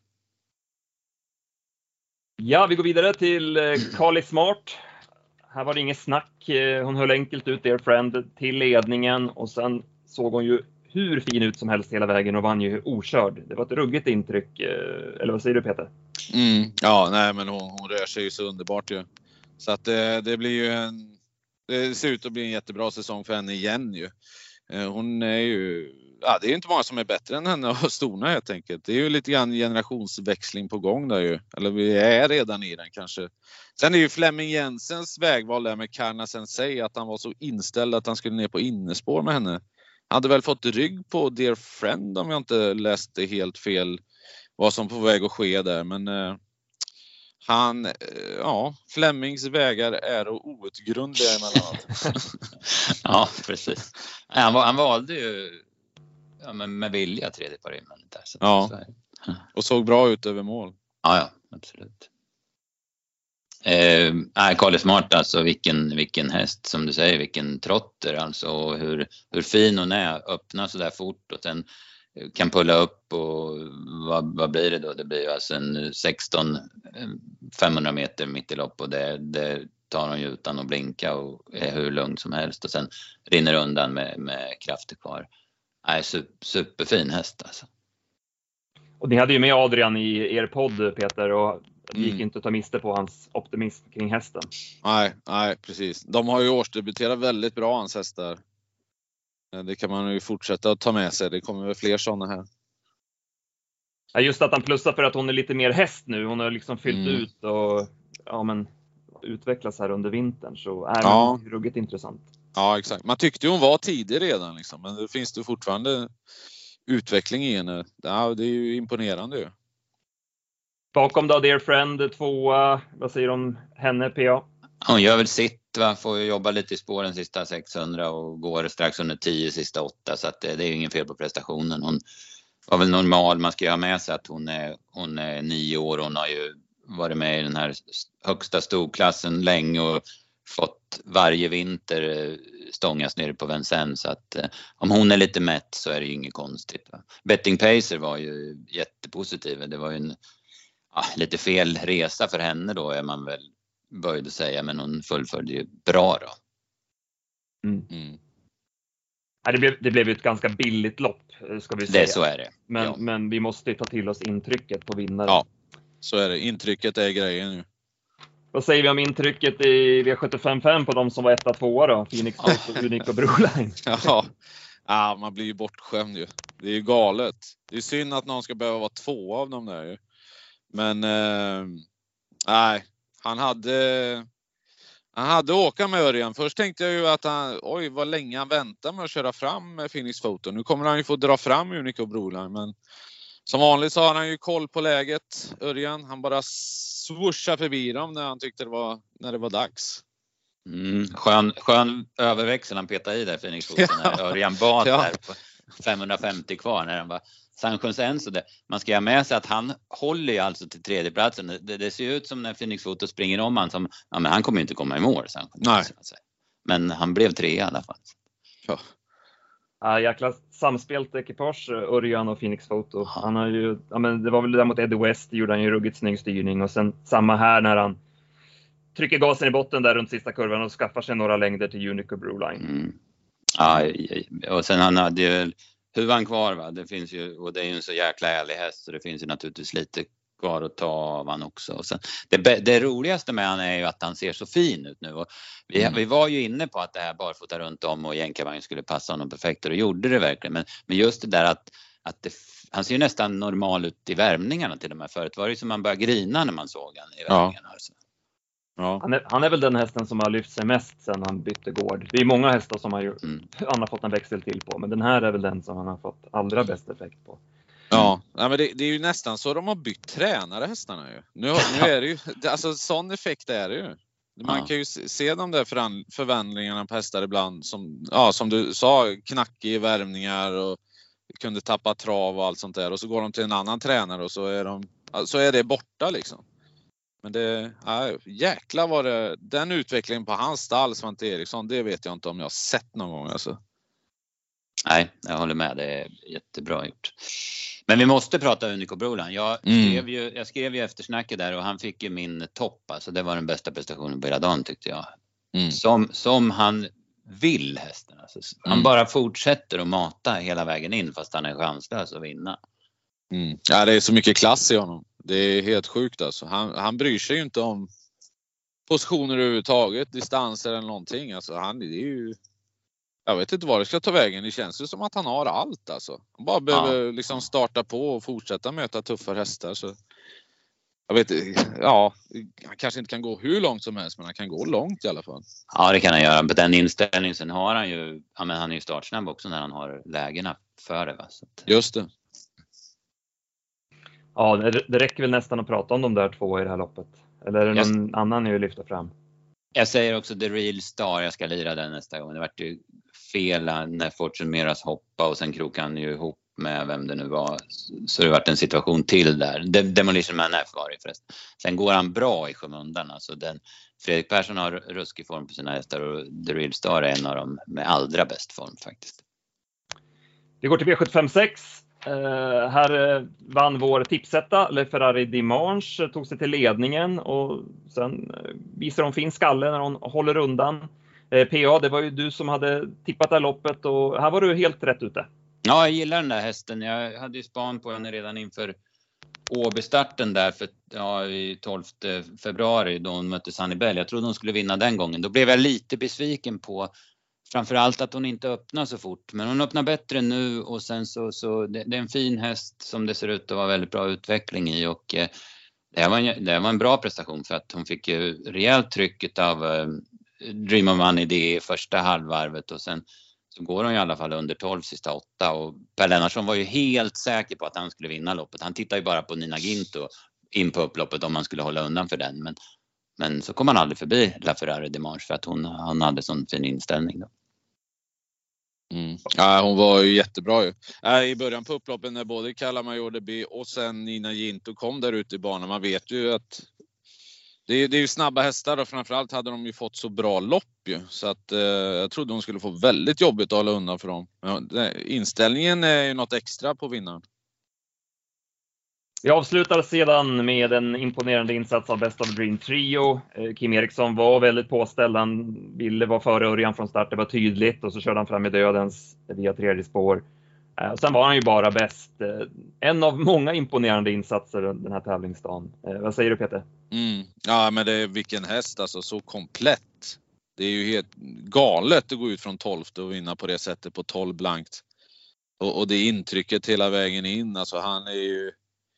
Ja, vi går vidare till eh, Carly Smart. Här var det inget snack. Eh, hon höll enkelt ut Dear Friend till ledningen och sen såg hon ju hur fin ut som helst hela vägen och vann ju okörd. Det var ett ruggigt intryck. Eller vad säger du, Peter? Mm, ja, nej men hon, hon rör sig ju så underbart ju. Så att det, det blir ju en... Det ser ut att bli en jättebra säsong för henne igen ju. Hon är ju... Ja, det är ju inte många som är bättre än henne och Storna helt enkelt. Det är ju lite grann generationsväxling på gång där ju. Eller vi är redan i den kanske. Sen är ju Flemming Jensens vägval där med Karna Sensei, att han var så inställd att han skulle ner på innespår med henne. Hade väl fått rygg på Dear Friend om jag inte läste helt fel vad som på väg att ske där. Men eh, han, eh, ja, Flemmings vägar är outgrundliga emellanåt. Ja, precis. Han, han valde ju ja, med, med vilja tredje par rymmen. Där, så ja, och såg bra ut över mål. Ja, ja, absolut. Eh, Carly Smart, alltså vilken, vilken häst som du säger, vilken trotter alltså, hur, hur fin hon är, öppnar så där fort och sen kan pulla upp och vad, vad blir det då? Det blir ju alltså en sexton femhundra meter mitt i lopp och det, det tar hon ju utan att blinka och är hur lugnt som helst och sen rinner undan med, med krafter kvar. Nej, super, superfin häst alltså. Och ni hade ju med Adrian i er podd, Peter, och det gick Mm. inte att ta miste på hans optimism kring hästen. Nej, nej, precis. De har ju årsdebuterat väldigt bra, hans hästar. Det kan man ju fortsätta att ta med sig. Det kommer väl fler sådana här. Ja, just att han plussar för att hon är lite mer häst nu. Hon har liksom fyllt Mm. ut och ja, men, utvecklas här under vintern. Så är Ja. det ruggigt intressant. Ja, exakt. Man tyckte ju hon var tidig redan liksom. Men det finns det fortfarande utveckling i henne. Ja, det är ju imponerande ju. Bakom då Dear Friend, tvåa. Vad säger du om henne, P A? Hon gör väl sitt, va? Får ju jobba lite i spåren sista sexhundra och går strax under tio sista åtta. Så att det, det är ju ingen fel på prestationen. Hon var väl normal. Man ska ju ha med sig att hon är, hon är nio år. Hon har ju varit med i den här högsta storklassen länge och fått varje vinter stångas ner på Vincennes. Så att om hon är lite mätt så är det ju inget konstigt. Va? Betting Pacer var ju jättepositiv. Det var ju en ja, lite fel resa för henne då är man väl böjd att säga. Men hon fullföljde ju bra då. Mm. Mm. Ja, det, blev, det blev ju ett ganska billigt lopp, ska vi säga. Det så är det. Men, Ja. men vi måste ju ta till oss intrycket på vinnare. Ja, så är det. Intrycket är grejen ju. Vad säger vi om intrycket i V sjuttiofem fem på de som var etta tvåa då? Phoenix Foot och Unique och Broline. Ja. Ja, man blir ju bortskämd ju. Det är ju galet. Det är synd att någon ska behöva vara två av dem där ju. Men eh, nej, han hade han hade åka med Örjan. Först tänkte jag ju att han, oj vad länge han väntar med att köra fram med Phoenix Photo. Nu kommer han ju få dra fram Unique och Broline, men som vanligt så har han ju koll på läget, Örjan. Han bara swooshar förbi dem när han tyckte det var, när det var dags. Mm, skön, skön överväxel han petade i där Phoenix Foot när Örjan bad Ja. där på femhundrafemtio kvar när han var Saint-Jean så det. Man ska ha med sig att han håller ju alltså till tredjeplatsen. Det, det ser ut som när Phoenix Foot springer om han som, ja men han kommer ju inte komma i mål. Nej. Men han blev tre i alla fall. Ja. Ja, jäkla samspelt ekipage, Örjan och Phoenix Photo. Han har ju, ja men det var väl där mot Eddie West, gjorde han ju ruggigt snygg styrning. Och sen samma här när han trycker gasen i botten där runt sista kurvan och skaffar sig några längder till Unique och Broline. Mm. Ja, och sen han hade ju huvan kvar va. Det finns ju, och det är ju en så jäkla ärlig häst så det finns ju naturligtvis lite kvar att ta av han också. Och sen, det, det roligaste med han är ju att han ser så fin ut nu. Och vi, mm. vi var ju inne på att det här barfota runt om och jänkarvagn skulle passa honom perfekt och det gjorde det verkligen. Men, men just det där att, att det, han ser ju nästan normal ut i värmningarna till de här. Förut var det ju som man började grina när man såg han i värmningarna. Ja. Alltså. Ja. Han, är, han är väl den hästen som har lyft sig mest sedan han bytte gård. Det är många hästar som har ju, mm. han har fått en växel till på. Men den här är väl den som han har fått allra bäst effekt på. Ja, men det, det är ju nästan så de har bytt tränare hästarna ju. Nu, nu är det ju, alltså sån effekt är det ju. Man kan ju se de där förvändningarna på hästar ibland som, ja, som du sa, knackig värmningar och kunde tappa trav och allt sånt där. Och så går de till en annan tränare och så är, de, så är det borta liksom. Men det, ja, jäkla var det, den utvecklingen på hans stall, Svante Eriksson, det vet jag inte om jag har sett någon gång alltså. Nej, jag håller med, det är jättebra gjort. Men vi måste prata Unique och Broline. Jag skrev mm. ju, jag skrev ju eftersnacket där och han fick ju min topp. Alltså det var den bästa prestationen på hela dagen tyckte jag. Mm. Som, som han vill hästen. Alltså, han mm. bara fortsätter att mata hela vägen in fast han är chanslös att vinna. Mm. Ja, det är så mycket klass i honom. Det är helt sjukt alltså. Han, han bryr sig ju inte om positioner överhuvudtaget, distanser eller någonting. Alltså han, det är ju... Jag vet inte vad det ska ta vägen. Det känns ju som att han har allt alltså. Han bara behöver ja. liksom starta på och fortsätta möta tuffare hästar. Så jag vet ja, han kanske inte kan gå hur långt som helst, men han kan gå långt i alla fall. Ja, det kan han göra. På den inställningen sen har han ju, ja men han är ju startsnabb också när han har lägena för det va. Så att... Just det. Ja, det, det räcker väl nästan att prata om de där två i det här loppet. Eller är det någon jag... annan ni vill lyfta fram? Jag säger också The Real Star, jag ska lira den nästa gång. Det vart ju fel när Fortune Miras hoppa och sen krokade han ju ihop med vem det nu var. Så det vart en situation till där. De- Demolition Man F var det förresten. Sen går han bra i skymundan. Alltså den, Fredrik Persson har ruskig form på sina hästar och The Real Star är en av dem med allra bäst form faktiskt. Vi går till V sjuttiofem sex. Eh, här eh, vann vår tipsetta, Le Ferrari Dimanche, eh, tog sig till ledningen och sen eh, visar hon fin skalle när hon håller undan. Eh, P A, det var ju du som hade tippat det här loppet och här var du helt rätt ute. Ja, jag gillar den där hästen. Jag hade ju span på henne redan inför Åby-starten där för ja, i tolfte februari då hon mötte Sunny Bell. Jag trodde hon skulle vinna den gången. Då blev jag lite besviken på framförallt att hon inte öppnar så fort. Men hon öppnar bättre nu och sen så, så det, det är en fin häst som det ser ut att vara väldigt bra utveckling i. Och eh, det, här var en, det här var en bra prestation för att hon fick ju rejält trycket av eh, Dream of Money det i första halvvarvet och sen så går hon i alla fall under tolv sista åtta och Per Lennartsson var ju helt säker på att han skulle vinna loppet. Han tittar ju bara på Nina Ginto in på upploppet om man skulle hålla undan för den. Men, men så kom han aldrig förbi La Ferrari Dimanche för att hon, hon hade sån fin inställning då. Mm. Ja, hon var ju jättebra ju. Äh, I början på upploppen när både Kalamajor Deby och sen Nina Ginto kom där ute i banan. Man vet ju att det är, det är ju snabba hästar och framförallt hade de ju fått så bra lopp ju. Så att eh, jag trodde de skulle få väldigt jobbigt att hålla undan för dem. Ja, det, inställningen är ju något extra på vinnaren. Vi avslutar sedan med en imponerande insats av Best of Dream Trio. Kim Eriksson var väldigt påställd. Han ville vara före Örjan från start. Det var tydligt. Och så körde han fram i dödens via tredje spår. Och sen var han ju bara bäst. En av många imponerande insatser den här tävlingsdagen. Vad säger du, Peter? Mm. Ja, men det är vilken häst alltså. Så komplett. Det är ju helt galet att gå ut från tolfte och vinna på det sättet på tolv blankt. Och, och det intrycket hela vägen in. Alltså han är ju...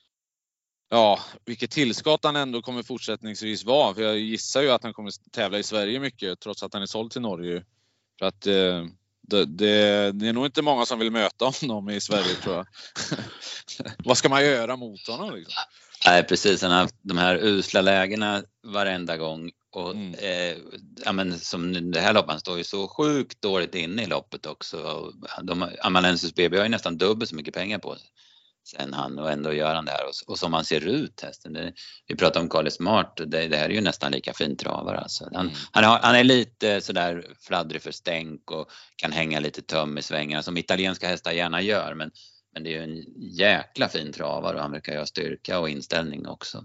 Ja, vilket tillskott han ändå kommer fortsättningsvis vara. För jag gissar ju att han kommer tävla i Sverige mycket trots att han är såld till Norge. För att eh, det, det, det är nog inte många som vill möta honom i Sverige tror jag. Vad ska man göra mot honom liksom? Nej, precis. Han har haft de här usla lägena varenda gång. Och Mm. eh, ja, men som det här loppet står ju så sjukt dåligt inne i loppet också. De, Amalensis B B har ju nästan dubbelt så mycket pengar på sig sen han och ändå gör han det här. Och, och som han ser ut hästen. Det, vi pratar om Carly Smart. Det, det här är ju nästan lika fin travare alltså. Han, Mm. han, har, han är lite sådär fladdrig för stänk och kan hänga lite töm i svängarna som italienska hästar gärna gör. Men, men det är ju en jäkla fin travare och han brukar ha styrka och inställning också.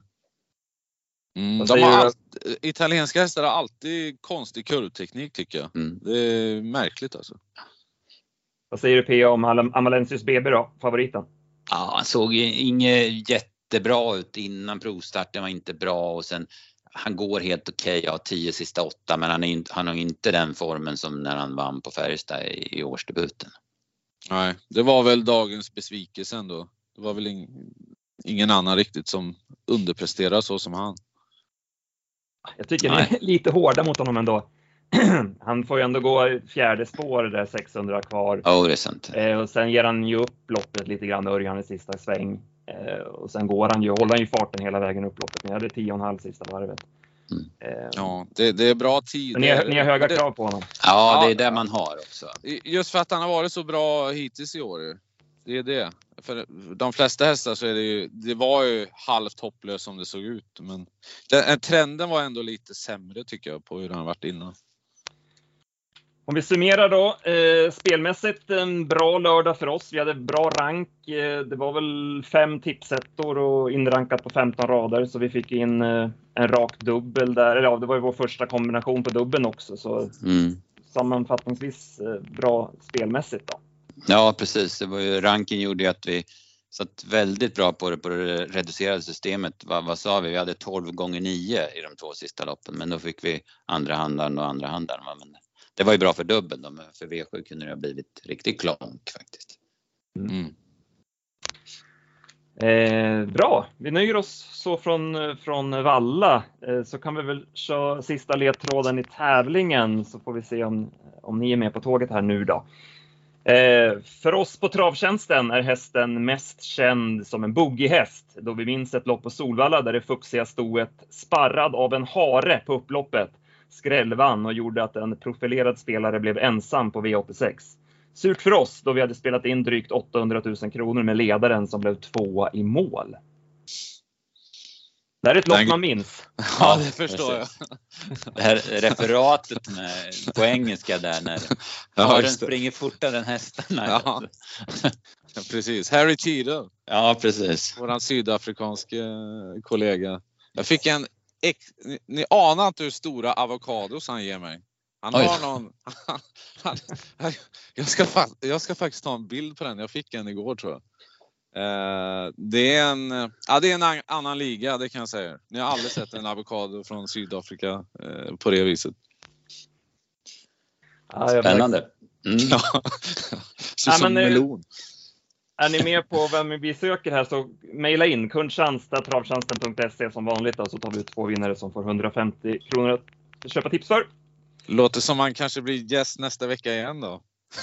Mm, de har alltid, italienska hästar har alltid konstig kurvteknik tycker jag. Mm. Det är märkligt alltså. Vad säger du, P A, om Amalensis B B då? Favoriten? Ja, han såg ju inget jättebra ut innan provstarten, var inte bra och sen han går helt okej, okay, ja tio sista åtta, men han, är inte, han har inte den formen som när han vann på Färjestad i, i årsdebuten. Nej, det var väl dagens besvikelse ändå. Det var väl ing, ingen annan riktigt som underpresterar så som han. Jag tycker ni är lite hårda mot honom ändå. Han får ju ändå gå fjärde spår där sexhundra kvar. Ja, oh, det är sant. Eh, och sen ger han ju upp loppet lite grann, Örjan i sista sväng. Eh, och sen går han ju, håller han ju farten hela vägen upp loppet. Men jag hade tio och en halv sista varvet. Mm. Eh, Ja, det, det är bra tid. ni, har, ni har höga det, krav på honom. Ja, det är det man har också. Just för att han har varit så bra hittills i år. Det är det. För de flesta hästar så är det ju, det var ju halvt hopplöst som det såg ut. Men den, trenden var ändå lite sämre tycker jag på hur den har varit innan. Om vi summerar då, eh, spelmässigt en bra lördag för oss. Vi hade bra rank. Eh, det var väl fem tipsettor och inrankat på femton rader. Så vi fick in eh, en rak dubbel där. Eller ja, det var ju vår första kombination på dubbeln också. Så Mm. sammanfattningsvis eh, bra spelmässigt då. Ja, precis. Det var ju, ranking gjorde ju att vi satt väldigt bra på det, på det reducerade systemet. Vad, vad sa vi? Vi hade tolv gånger nio i de två sista loppen. Men då fick vi andra handaren och andra handaren. Men det var ju bra för dubbeln då, men för V sju kunde det ha blivit riktigt klonk faktiskt. Mm. Eh, bra, vi nöjer oss så från, från Valla. Eh, så kan vi väl köra sista ledtråden i tävlingen. Så får vi se om, om ni är med på tåget här nu då. Eh, för oss på Travtjänsten är hästen mest känd som en boogiehäst. Då vi minns ett lopp på Solvalla där det fuxiga stoet sparrad av en hare på upploppet skrällvann och gjorde att en profilerad spelare blev ensam på V åttiosex. Surt för oss då vi hade spelat in drygt åttahundratusen kronor med ledaren som blev tvåa i mål. Det här är ett lopp Den... man minns. Ja, det förstår jag. Det här referatet med, på engelska där när ja, haren springer fortare än hästarna. Ja. Precis, Harry Cheadle. Ja, precis. Våran sydafrikanske kollega. Jag fick en... Ex, ni, ni anar inte hur stora avokados han ger mig. Han Oj. har någon... Han, han, jag, ska, jag ska faktiskt ta en bild på den. Jag fick en igår, tror jag. Uh, det är en ja, det är en annan liga, det kan jag säga. Ni har aldrig sett en avokado från Sydafrika uh, på det viset. Spännande. Mm. Ja. Så Ja, som men, melon. Är ni med på vem vi söker här, så mejla in kundtjänst at travtjänsten punkt se som vanligt, och så tar vi ut två vinnare som får hundrafemtio kronor att köpa tips för. Låter som man kanske blir gäst nästa vecka igen då.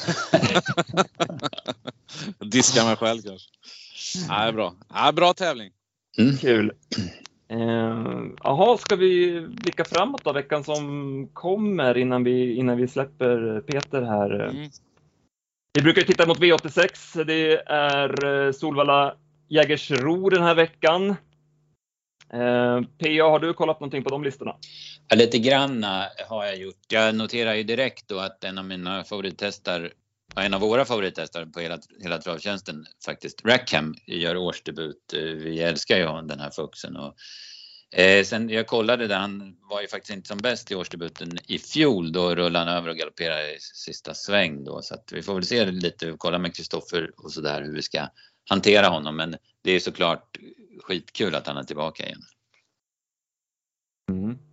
Diska mig själv kanske. Nej, bra. Nej, bra tävling. Mm. Kul. Jaha, eh, ska vi blicka framåt då, veckan som kommer innan vi, innan vi släpper Peter här. Mm. Vi brukar titta mot V åttiosex. Det är Solvalla Jägersro den här veckan. Eh, P A, har du kollat någonting på de listorna? Ja, lite grann har jag gjort. Jag noterar ju direkt då att en av mina favorittestar, en av våra favorittestar på hela, hela travtjänsten faktiskt, Rackham, gör årsdebut. Vi älskar ju den här fuxen. Och, eh, sen jag kollade där, han var ju faktiskt inte som bäst i årsdebuten i fjol. Då rullade han över och galopperade i sista sväng då. Så att vi får väl se lite, kolla med Kristoffer och sådär hur vi ska hantera honom. Men det är såklart skitkul att han är tillbaka igen. Mm.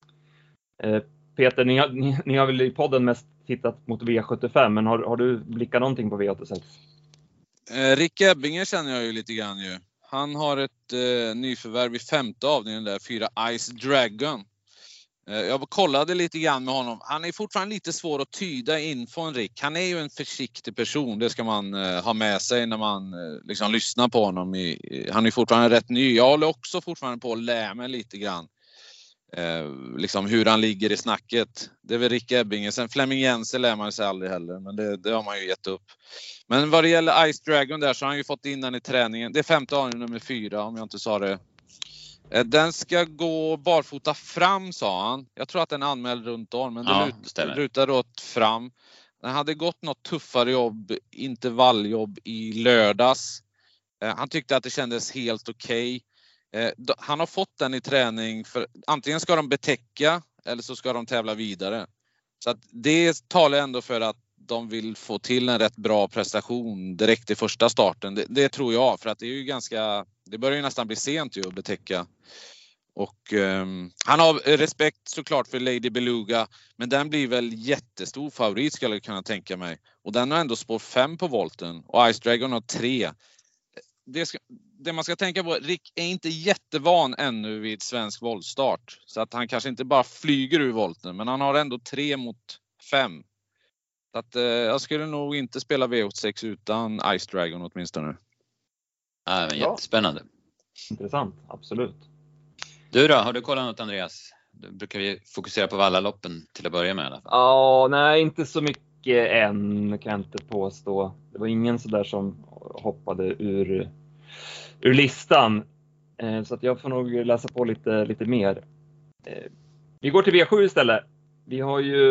Eh, Peter, ni har, ni, ni har väl i podden mest tittat mot V sjuttiofem, men har, har du blickat någonting på V åttiosex? Eh, Rick Ebbinge känner jag ju lite grann ju. Han har ett eh, nyförvärv i femte avdelningen där, fyra Ice Dragon. Eh, jag kollade lite grann med honom. Han är fortfarande lite svår att tyda inför Rick. Han är ju en försiktig person, det ska man eh, ha med sig när man eh, liksom lyssnar på honom. I, i, han är fortfarande rätt ny. Jag håller också fortfarande på att lära mig lite grann. Eh, liksom hur han ligger i snacket. Det är väl Rick Ebbinge. Sen Flemming Jensen lär man sig aldrig heller, men det, det har man ju gett upp. Men vad det gäller Ice Dragon där, så har han ju fått in den i träningen. Det är femte avdelning nummer fyra, om jag inte sa det. Eh, den ska gå barfota fram, sa han. Jag tror att den är anmäld runt om, men det Ja, lut, lutar åt fram. Den hade gått något tuffare jobb, intervalljobb i lördags. Eh, han tyckte att det kändes helt okej. Okay. Eh, han har fått den i träning för antingen ska de betäcka eller så ska de tävla vidare. Så att det talar ändå för att de vill få till en rätt bra prestation direkt i första starten. Det, det tror jag, för att det är ju ganska, det börjar ju nästan bli sent ju att betäcka. Och um, han har respekt såklart för Lady Beluga, men den blir väl jättestor favorit skulle jag kunna tänka mig. Och den har ändå spår fem på volten och Ice Dragon har tre. Det, ska, det man ska tänka på, Rick är inte jättevan ännu vid svensk voltstart. Så att han kanske inte bara flyger ur volten, men han har ändå tre mot fem. Så att eh, jag skulle nog inte spela V åttiosex utan Ice Dragon åtminstone. Ja, men jättespännande. Intressant, absolut. Du då, har du kollat något, Andreas? Du brukar vi fokusera på Vallaloppen till att börja med i alla fall. Ja, nej, inte så mycket än kan jag inte påstå. Det var ingen så där som hoppade ur, ur listan. Eh, så att jag får nog läsa på lite, lite mer. Eh, vi går till V sju istället. Vi har ju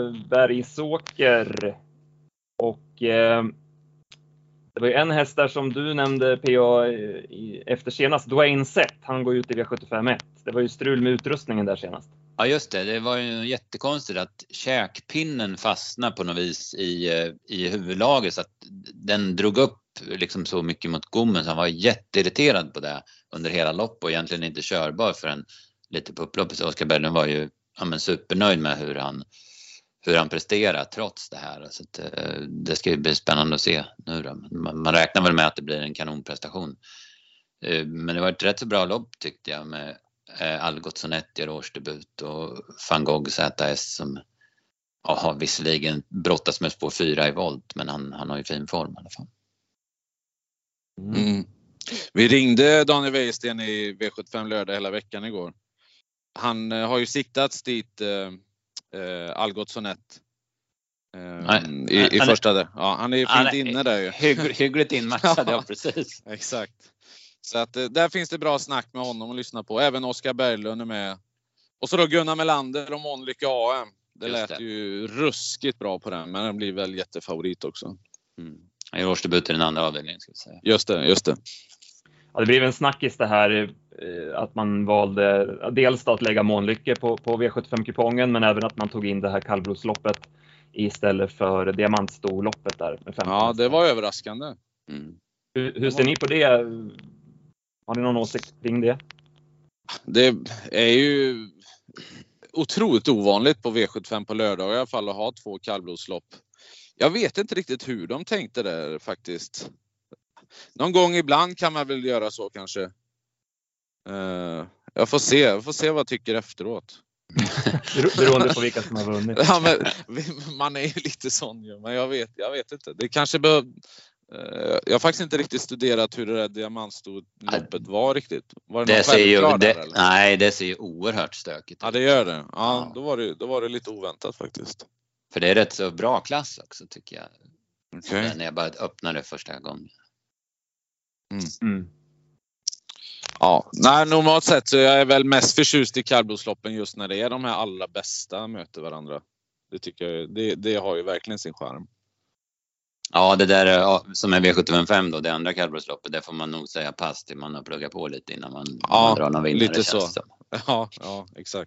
Bergsåker och eh, det var ju en häst där som du nämnde, P A, i, efter senast. Dwayne Sett, han går ut i V sjuttiofem ett. Det var ju strul med utrustningen där senast. Ja, just det. Det var ju jättekonstigt att käkpinnen fastnade på något vis i, i huvudlaget så att den drog upp liksom så mycket mot gommen så han var jätteirriterad på det under hela lopp och egentligen inte körbar förrän lite på upploppet. Så Oskar Berglund var ju ja, men supernöjd med hur han, hur han presterar trots det här. Så att, det ska ju bli spännande att se nu då. Man, man räknar väl med att det blir en kanonprestation. Men det var ett rätt så bra lopp tyckte jag med Algot Sonett gör årsdebut och Van Gogh Z S som ja, har visserligen brottas med spår fyra i volt, men han, han har ju fin form i alla fall. Mm. Vi ringde Daniel Wäjersten i V sjuttiofem lördag hela veckan igår. Han eh, har ju siktats dit eh, eh, Algot Sonett eh, Nej, i, i han, första där. Ja, han är ju fint han är, inne där ju. Hygg, hyggligt inmatchad, ja precis. Exakt. Så att där finns det bra snack med honom att lyssna på. Även Oskar Berglund är med. Och så då Gunnar Melander och Månlycke A M. Det lät det. ju ruskigt bra på den. Men den blir väl jättefavorit också. Mm. Han gör årsdebut i den andra avdelningen, ska vi säga. Just det, just det. Ja, det blev en snackis det här eh, att man valde ja, dels att lägga Månlycke på, på V sjuttiofem-kupongen, men även att man tog in det här kallblodsloppet istället för diamantstorloppet där. Med Ja, det var överraskande. Mm. Hur, hur ser ni på det? Har ni någon åsikt kring det? Det är ju otroligt ovanligt på V sjuttiofem på lördag i alla fall att ha två kallblodslopp. Jag vet inte riktigt hur de tänkte där faktiskt. Någon gång ibland kan man väl göra så kanske. Uh, jag får se, jag får se vad jag tycker efteråt. Beroende på vilka som har vunnit. Ja, men, man är ju lite sån ju, men jag vet, jag vet inte. Det kanske behöv, uh, jag har faktiskt inte riktigt studerat hur det där diamantstorloppet var riktigt. Var det, det ser ju, där, det, eller? Nej, det ser ju oerhört stökigt ut. Ja, det gör det. Ja, Ja. Då, var det, då var det lite oväntat faktiskt. För det är rätt så bra klass också, tycker jag. Okay. När jag bara öppnade första gången. Mm. Mm. Ja, nej, normalt sett så jag är väl mest förtjust i kallblodsloppen just när det är de här allra bästa möter varandra. Det tycker jag, det, det har ju verkligen sin charm. Ja, det där ja, som är V sjuttiofem fem då, det andra kallblodsloppet, det får man nog säga pass till man har pluggat på lite innan man, ja, man drar någon vinnare. lite så. Som. Ja, ja, exakt.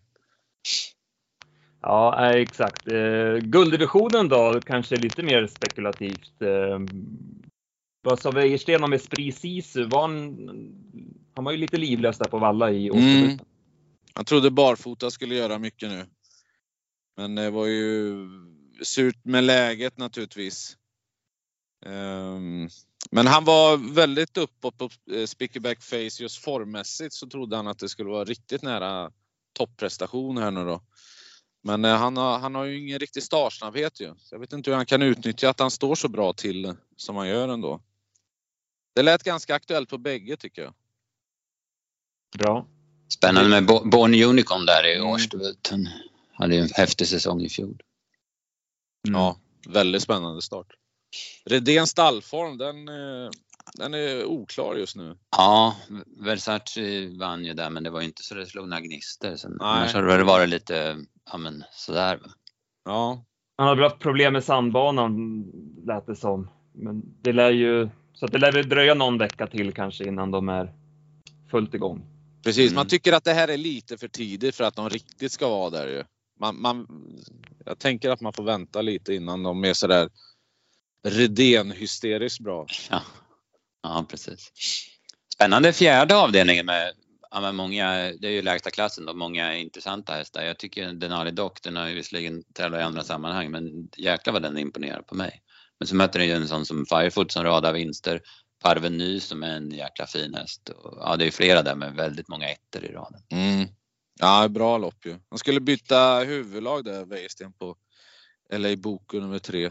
Ja, exakt. Eh, gulddivisionen då, kanske lite mer spekulativt. Eh, vad sa Wäjersten om Esprit Sisu? Var han, han var ju lite livlös där på Valla i årsdebuten. Mm. Jag trodde barfota skulle göra mycket nu. Men det var ju surt med läget naturligtvis. Um, men han var väldigt uppåt på Spickerback Face just formmässigt, så trodde han att det skulle vara riktigt nära topprestation här nu då. Men eh, han, har, han har ju ingen riktig startsnabbhet ju. Så jag vet inte hur han kan utnyttja att han står så bra till som han gör ändå. Det lät ganska aktuellt på bägge tycker jag. Bra. Spännande med Bo- Born Unicorn där i Mm. årsdebuten. Hade ju en häftig säsong i fjol. Mm. Ja, väldigt spännande start. Redéns stallform, den, den är oklar just nu. Ja, Versace vann ju där, men det var ju inte så det slog några gnister. Sen, Nej. annars har det väl varit lite, ja men sådär va. Ja, Han har haft problem med sandbanan, lät det som. Men det lär ju, så att det lär väl dröja någon vecka till kanske innan de är fullt igång. precis. Mm. Man tycker att det här är lite för tidigt för att de riktigt ska vara där ju. Man, man, jag tänker att man får vänta lite innan de är sådär Redén hysteriskt bra. Ja, ja precis. Spännande fjärde avdelningen med, ja, med många, det är ju lägsta klassen då, många intressanta hästar. Jag tycker Denali Doc, den har ju visserligen tävlat i andra sammanhang, men jäklar vad den imponerar på mig. Men så möter den ju en sån som Firefoot som radar vinster, Parven Ny som är en jäkla fin häst. Och, ja, det är flera där med väldigt många ettor i raden. Mm. Ja, bra lopp ju. Man skulle byta huvudlag där, Wäjersten, på L A Boko nummer tre.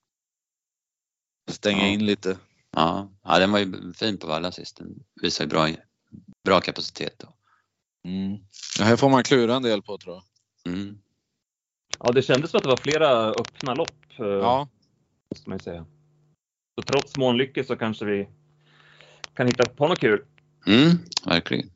Stänga Ja. in lite. Ja, ja, den var ju fin på Valla sist. Den visar ju bra, bra kapacitet då. Mm. Ja, här får man klura en del på, tror jag. Mm. Ja, det kändes som att det var flera öppna lopp. eh, Ja, Måste man ju säga. Så trots Månlycke så kanske vi kan hitta på något kul. Mm, verkligen.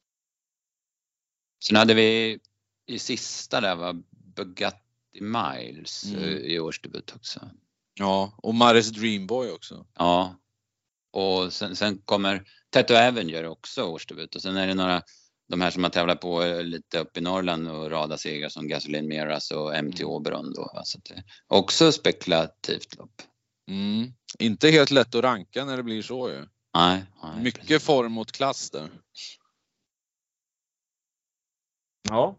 Sen hade vi i sista där var Bugatti Miles Mm. eh, i årsdebut också. ja. Och Maris Dreamboy också. Ja. Och sen, sen kommer Tattoo Avenger också årsdebut. Och sen är det några, de här som har tävlat på eh, lite upp i Norrland och rada segrar som Gasoline Miras och M T Oberon då. Va? Så att det är också spekulativt lopp. Mm. Inte helt lätt att ranka när det blir så ju. Nej, nej, Mycket precis. form mot klass där. Ja.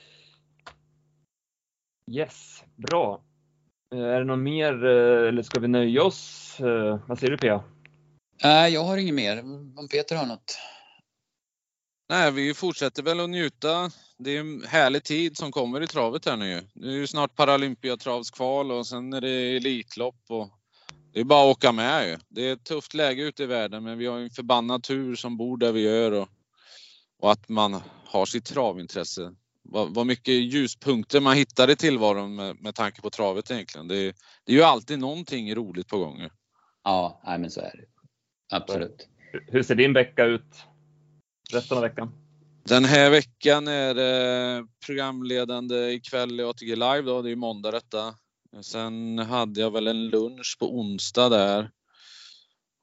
Yes, bra. Eh, Är det något mer eh, eller ska vi nöja oss? Eh, Vad säger du P A? Nej, jag har inget mer. Om Peter har något. Nej, vi fortsätter väl att njuta. Det är en härlig tid som kommer i travet här nu. Det är ju snart Paralympiatravskval och sen är det elitlopp och det är bara att åka med ju. Det är ett tufft läge ute i världen, men vi har en förbannad tur som bor där vi gör och, och att man har sitt travintresse. Vad, vad mycket ljuspunkter man hittar i tillvaron med, med tanke på travet egentligen. Det, det är ju alltid någonting roligt på gång. Ja, nej, men så är det. Absolut. Hur ser din vecka ut resten av veckan? Den här veckan är det programledande ikväll i A T G Live då. Det är måndag detta. Sen hade jag väl en lunch på onsdag där.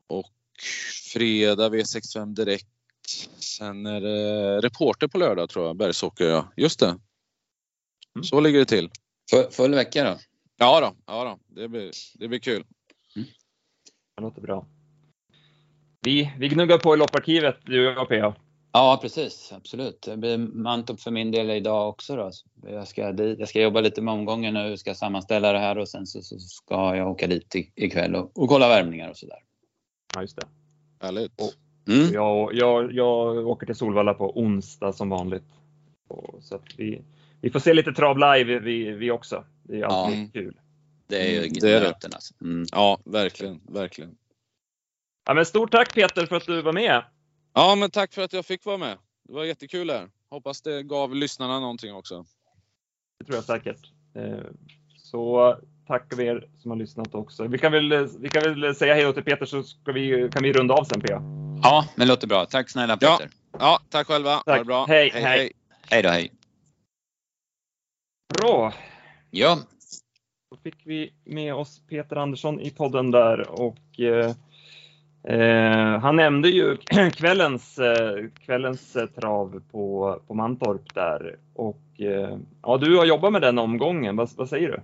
Och fredag V sextiofem direkt. Sen är det reporter på lördag tror jag. Bergsåker, ja. Just det. Så ligger det till. Full, full vecka då? Ja då, ja då. Det blir, det blir kul. Mm. Det låter bra. Vi, vi gnuggar på i lopparkivet, du och jag, P A. Ja, precis. Absolut. Det blir Mantorp för min del idag också då. Jag ska, jag ska jobba lite med omgången nu. Jag ska sammanställa det här och sen så, så ska jag åka dit ikväll och, och kolla värmningar och sådär. Ja, just det. Härligt. Och, Mm. jag, jag, jag åker till Solvalla på onsdag som vanligt. Och, så att vi, vi får se lite trav live vi, vi också. Det är alltid Ja. kul. Det är ju Mm, det är det. möten alltså. Mm. Ja, verkligen, verkligen. Ja, men stort tack Peter för att du var med. Ja, men tack för att jag fick vara med. Det var jättekul här. Hoppas det gav lyssnarna någonting också. Det tror jag säkert. Så tack för er som har lyssnat också. Vi kan väl, vi kan väl säga hej då till Peter så ska vi, kan vi runda av sen, P A. Ja, men låter bra. Tack snälla Peter. Ja, ja tack själva. Tack. Ha det bra. Hej, hej. hej. Hej då, hej. Bra. Ja. Då fick vi med oss Peter Andersson i podden där och eh, eh, han nämnde ju kvällens, eh, kvällens eh, trav på, på Mantorp där och eh, ja, du har jobbat med den omgången. Vad, vad säger du?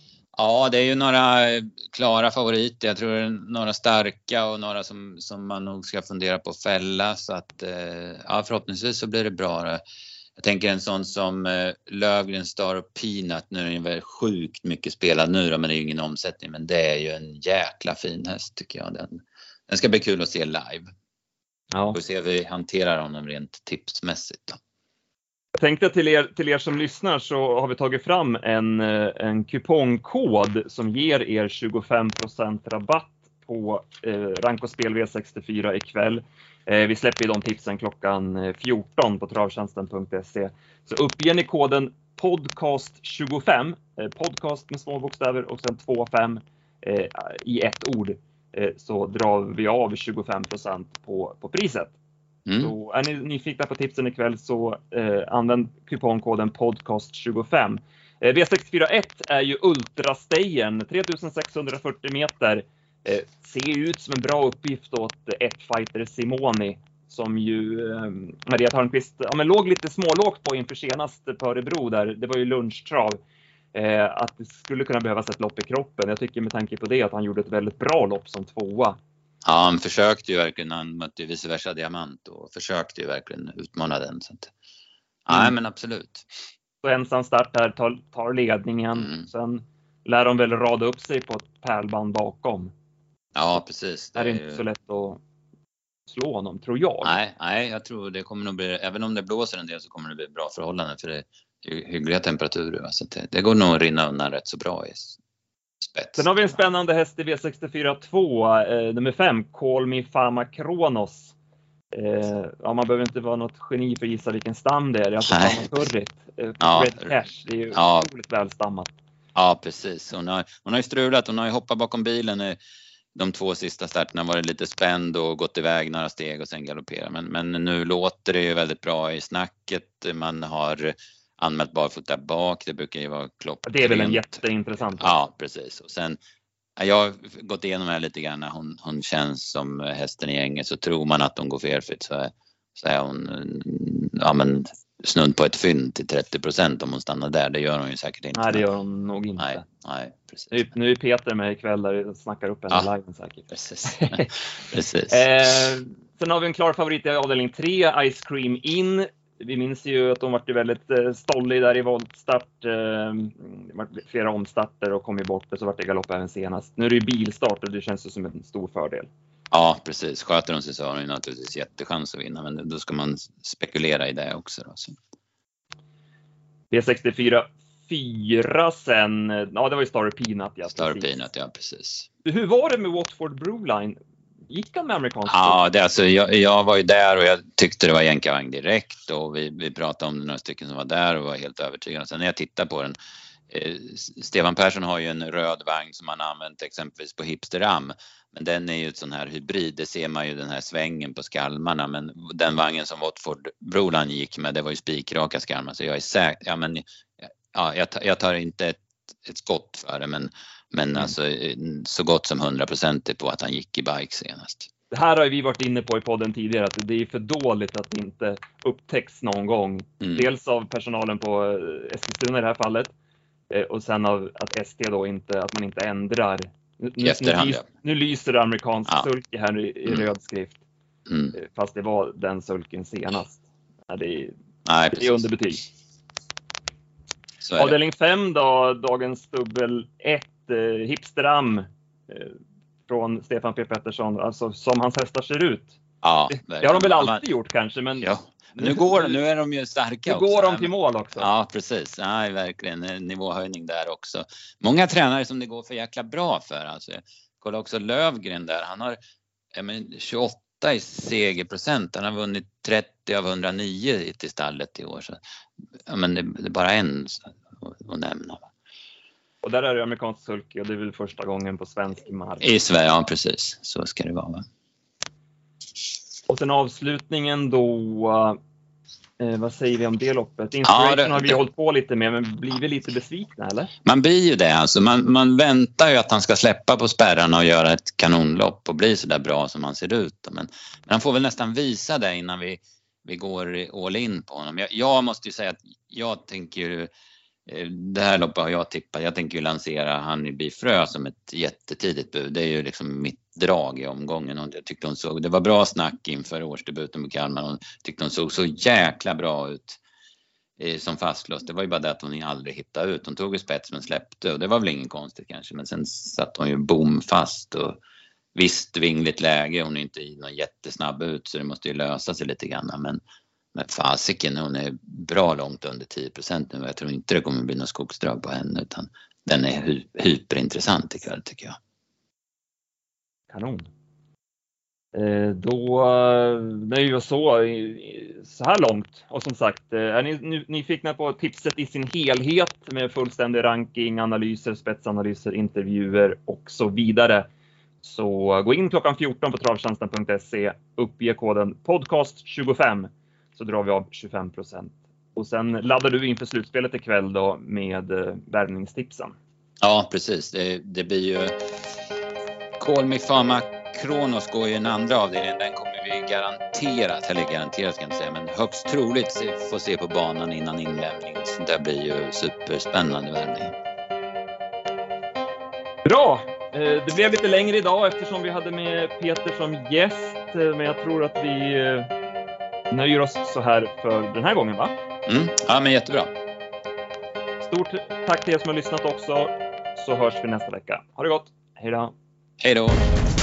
Ja, det är ju några klara favoriter. Jag tror det är några starka och några som, som man nog ska fundera på att fälla. Så att, ja, förhoppningsvis så blir det bra. Jag tänker en sån som eh, Lövgren, Star och Peanut. Nu är den väl sjukt mycket spelad nu då, men det är ju ingen omsättning. Men det är ju en jäkla fin häst tycker jag. Den, den ska bli kul att se live. Ja. Vi får se hur vi hanterar honom rent tipsmässigt då. Jag tänkte till er, till er som lyssnar så har vi tagit fram en, en kupongkod som ger er tjugofem procent rabatt på eh, Ranko Spel V sextiofyra ikväll. Eh, vi släpper ju de tipsen klockan fjorton på travtjänsten punkt se. Så uppger ni koden podcast tjugofem, eh, podcast med små bokstäver och sen tjugofem eh, i ett ord, eh, så drar vi av tjugofem procent på, på priset. Mm. Så är ni nyfikna på tipsen ikväll så eh, använd kupongkoden podcast tjugofem. Eh, V sextiofyra ett är ju ultrastejern, tre tusen sexhundrafyrtio meter. Eh, ser ut som en bra uppgift åt ett fighter Simoni som ju eh, Maria Törnqvist ja, men låg lite smålågt på inför senast på Örebro där. Det var ju lunchtrav. Eh, att det skulle kunna behövas ett lopp i kroppen. Jag tycker med tanke på det att han gjorde ett väldigt bra lopp som tvåa. Ja, han försökte ju verkligen, han mötte ju vice versa diamant och försökte ju verkligen utmana den. Så att, nej, mm. men absolut. Så ensam start där tar, tar ledningen. Mm. Sen lär de väl rada upp sig på ett pärlband bakom. Ja, precis. Det är, det är inte så lätt att slå honom, tror jag. Nej, nej, jag tror det kommer nog bli, även om det blåser en del så kommer det bli bra förhållanden för det är hyggliga temperaturer. Så det, det går nog att rinna undan rätt så bra i spets. Sen har vi en spännande häst i V sextiofyra två, eh, nummer fem, Call Me Fama Kronos. Eh, ja, man behöver inte vara något geni för att gissa vilken stam det är. Det är alltså Fama-kurrigt. Eh, ja. Red Cash, det är ju ja. otroligt välstammat. Ja, precis. Hon har, hon har ju strulat, hon har ju hoppat bakom bilen de två sista starterna, varit lite spänd och gått iväg några steg och sen galopperat. Men, men nu låter det ju väldigt bra i snacket. Man har anmält barfota bak, det brukar ju vara klockrent. Det är väl en jätteintressant. Ja, precis. Och sen, jag har gått igenom här lite grann när hon, hon känns som hästen i gänget, så tror man att hon går felfritt så är, så är hon ja, men, snudd på ett fynd till trettio procent om hon stannar där. Det gör hon ju säkert inte. Nej, det gör hon nog inte. Nej, nej precis. Nu, nu är Peter med ikväll där och snackar upp henne ja. live säkert. Precis. precis. eh, sen har vi en klar favorit i avdelning tre, Ice Cream In. Vi minns ju att de var väldigt eh, stollig där i voltstart. Eh, det var flera omstarter och kom ju bort och så var det galopp även senast. Nu är det ju bilstart och det känns som en stor fördel. Ja, precis. Sköter de sig så har de ju naturligtvis jättechans att vinna, men då ska man spekulera i det också då. Så. V sextiofyra fyra sen, ja det var ju Star Peanut. Ja, Star Peanut, ja precis. Hur var det med Watford Broline? Gick han med amerikansk? Ja, det, alltså, jag, jag var ju där och jag tyckte det var jänkarvagn direkt och vi, vi pratade om några stycken som var där och var helt övertygade. Sen när jag tittade på den, eh, Stefan Persson har ju en röd vagn som han använt exempelvis på Hipsteram, men den är ju ett sån här hybrid, det ser man ju den här svängen på skalmarna, men den vagnen som Watford Broline gick med, det var ju spikraka skalmar, så jag är säker, ja men ja, jag, tar, jag tar inte ett skott för det. Men, men mm. alltså så gott som hundra procent på att han gick i bike senast. Det här har vi varit inne på i podden tidigare, att det är för dåligt att det inte upptäcks någon gång. Mm. Dels av personalen på Eskilstuna i det här fallet. Och sen av att S T då inte, att man inte ändrar. Nu, nu, nu, nu lyser det amerikansk ja. sulke här i, i mm. röd skrift. Mm. Fast det var den sulken senast. Ja, det är, Nej, det är underbetyg. Avdelning fem då, dagens dubbel ett, eh, Hipsteram. Eh, från Stefan P. Pettersson, alltså som hans hästar ser ut. Ja, det, det har de väl alltid gjort kanske, men ja. nu går nu är de ju starka nu också. Nu går de till mål också. Ja, precis. Ja, verkligen en nivåhöjning där också. Många tränare som det går för jäkla bra för, alltså. Kolla också Lövgren där. Han har jag men, tjugoåtta i segerprocent. Han har vunnit trettio av hundranio till stallet i år, så ja, men det, det är bara en att nämna. Och där är det amerikansk sulke och det är väl första gången på svensk mark. I Sverige, ja precis. Så ska det vara, va? Och sen avslutningen då, eh, vad säger vi om det loppet? Inspiration ja, det, har vi det, hållit på lite med, men blir vi lite besvikna eller? Man blir ju det, alltså. Man, man väntar ju att han ska släppa på spärrarna och göra ett kanonlopp och bli så där bra som han ser ut. Men, men han får väl nästan visa det innan vi, vi går all in på honom. Jag, jag måste ju säga att jag tänker ju, det här loppet har jag tippat. Jag tänker ju lansera Honeyby Frö som ett jättetidigt bud. Det är ju liksom mitt drag i omgången. Och jag tyckte hon såg, det var bra snack inför årsdebuten med Kalmar. Hon tyckte hon såg så jäkla bra ut eh, som fastlåst. Det var ju bara det att hon aldrig hittade ut. Hon tog ju spets men släppte. Och det var väl ingen konstigt kanske. Men sen satt hon ju bom fast. Och visst vingligt läge. Hon är inte i någon jättesnabb ut. Så det måste ju lösa sig lite grann. Men Men fasiken, hon är bra långt under tio procent nu. Jag tror inte det kommer bli någon skogsdrag på henne, utan den är hy- hyperintressant ikväll tycker jag. Kanon. Eh, då när vi var så, så här långt. Och som sagt, är ni nyfikna på tipset i sin helhet med fullständig ranking, analyser, spetsanalyser, intervjuer och så vidare. Så gå in klockan fjorton på travtjänsten punkt se, uppge koden podcast tjugofem. Så drar vi av tjugofem procent. Och sen laddar du inför slutspelet ikväll då med eh, värvningstipsen. Ja, precis. Det, det blir ju... Call Me Fama Kronos går ju en andra avdelning. Den kommer vi garanterat, eller garanterat ska jag inte säga, men högst troligt se, få se på banan innan inlämning. Så det blir ju superspännande värvning. Bra! Eh, det blev lite längre idag eftersom vi hade med Peter som gäst. Men jag tror att vi... Eh, nöjer oss så här för den här gången, va? Mm. Ja, men jättebra. Stort tack till er som har lyssnat också. Så hörs vi nästa vecka. Ha det gott. Hej då. Hej då.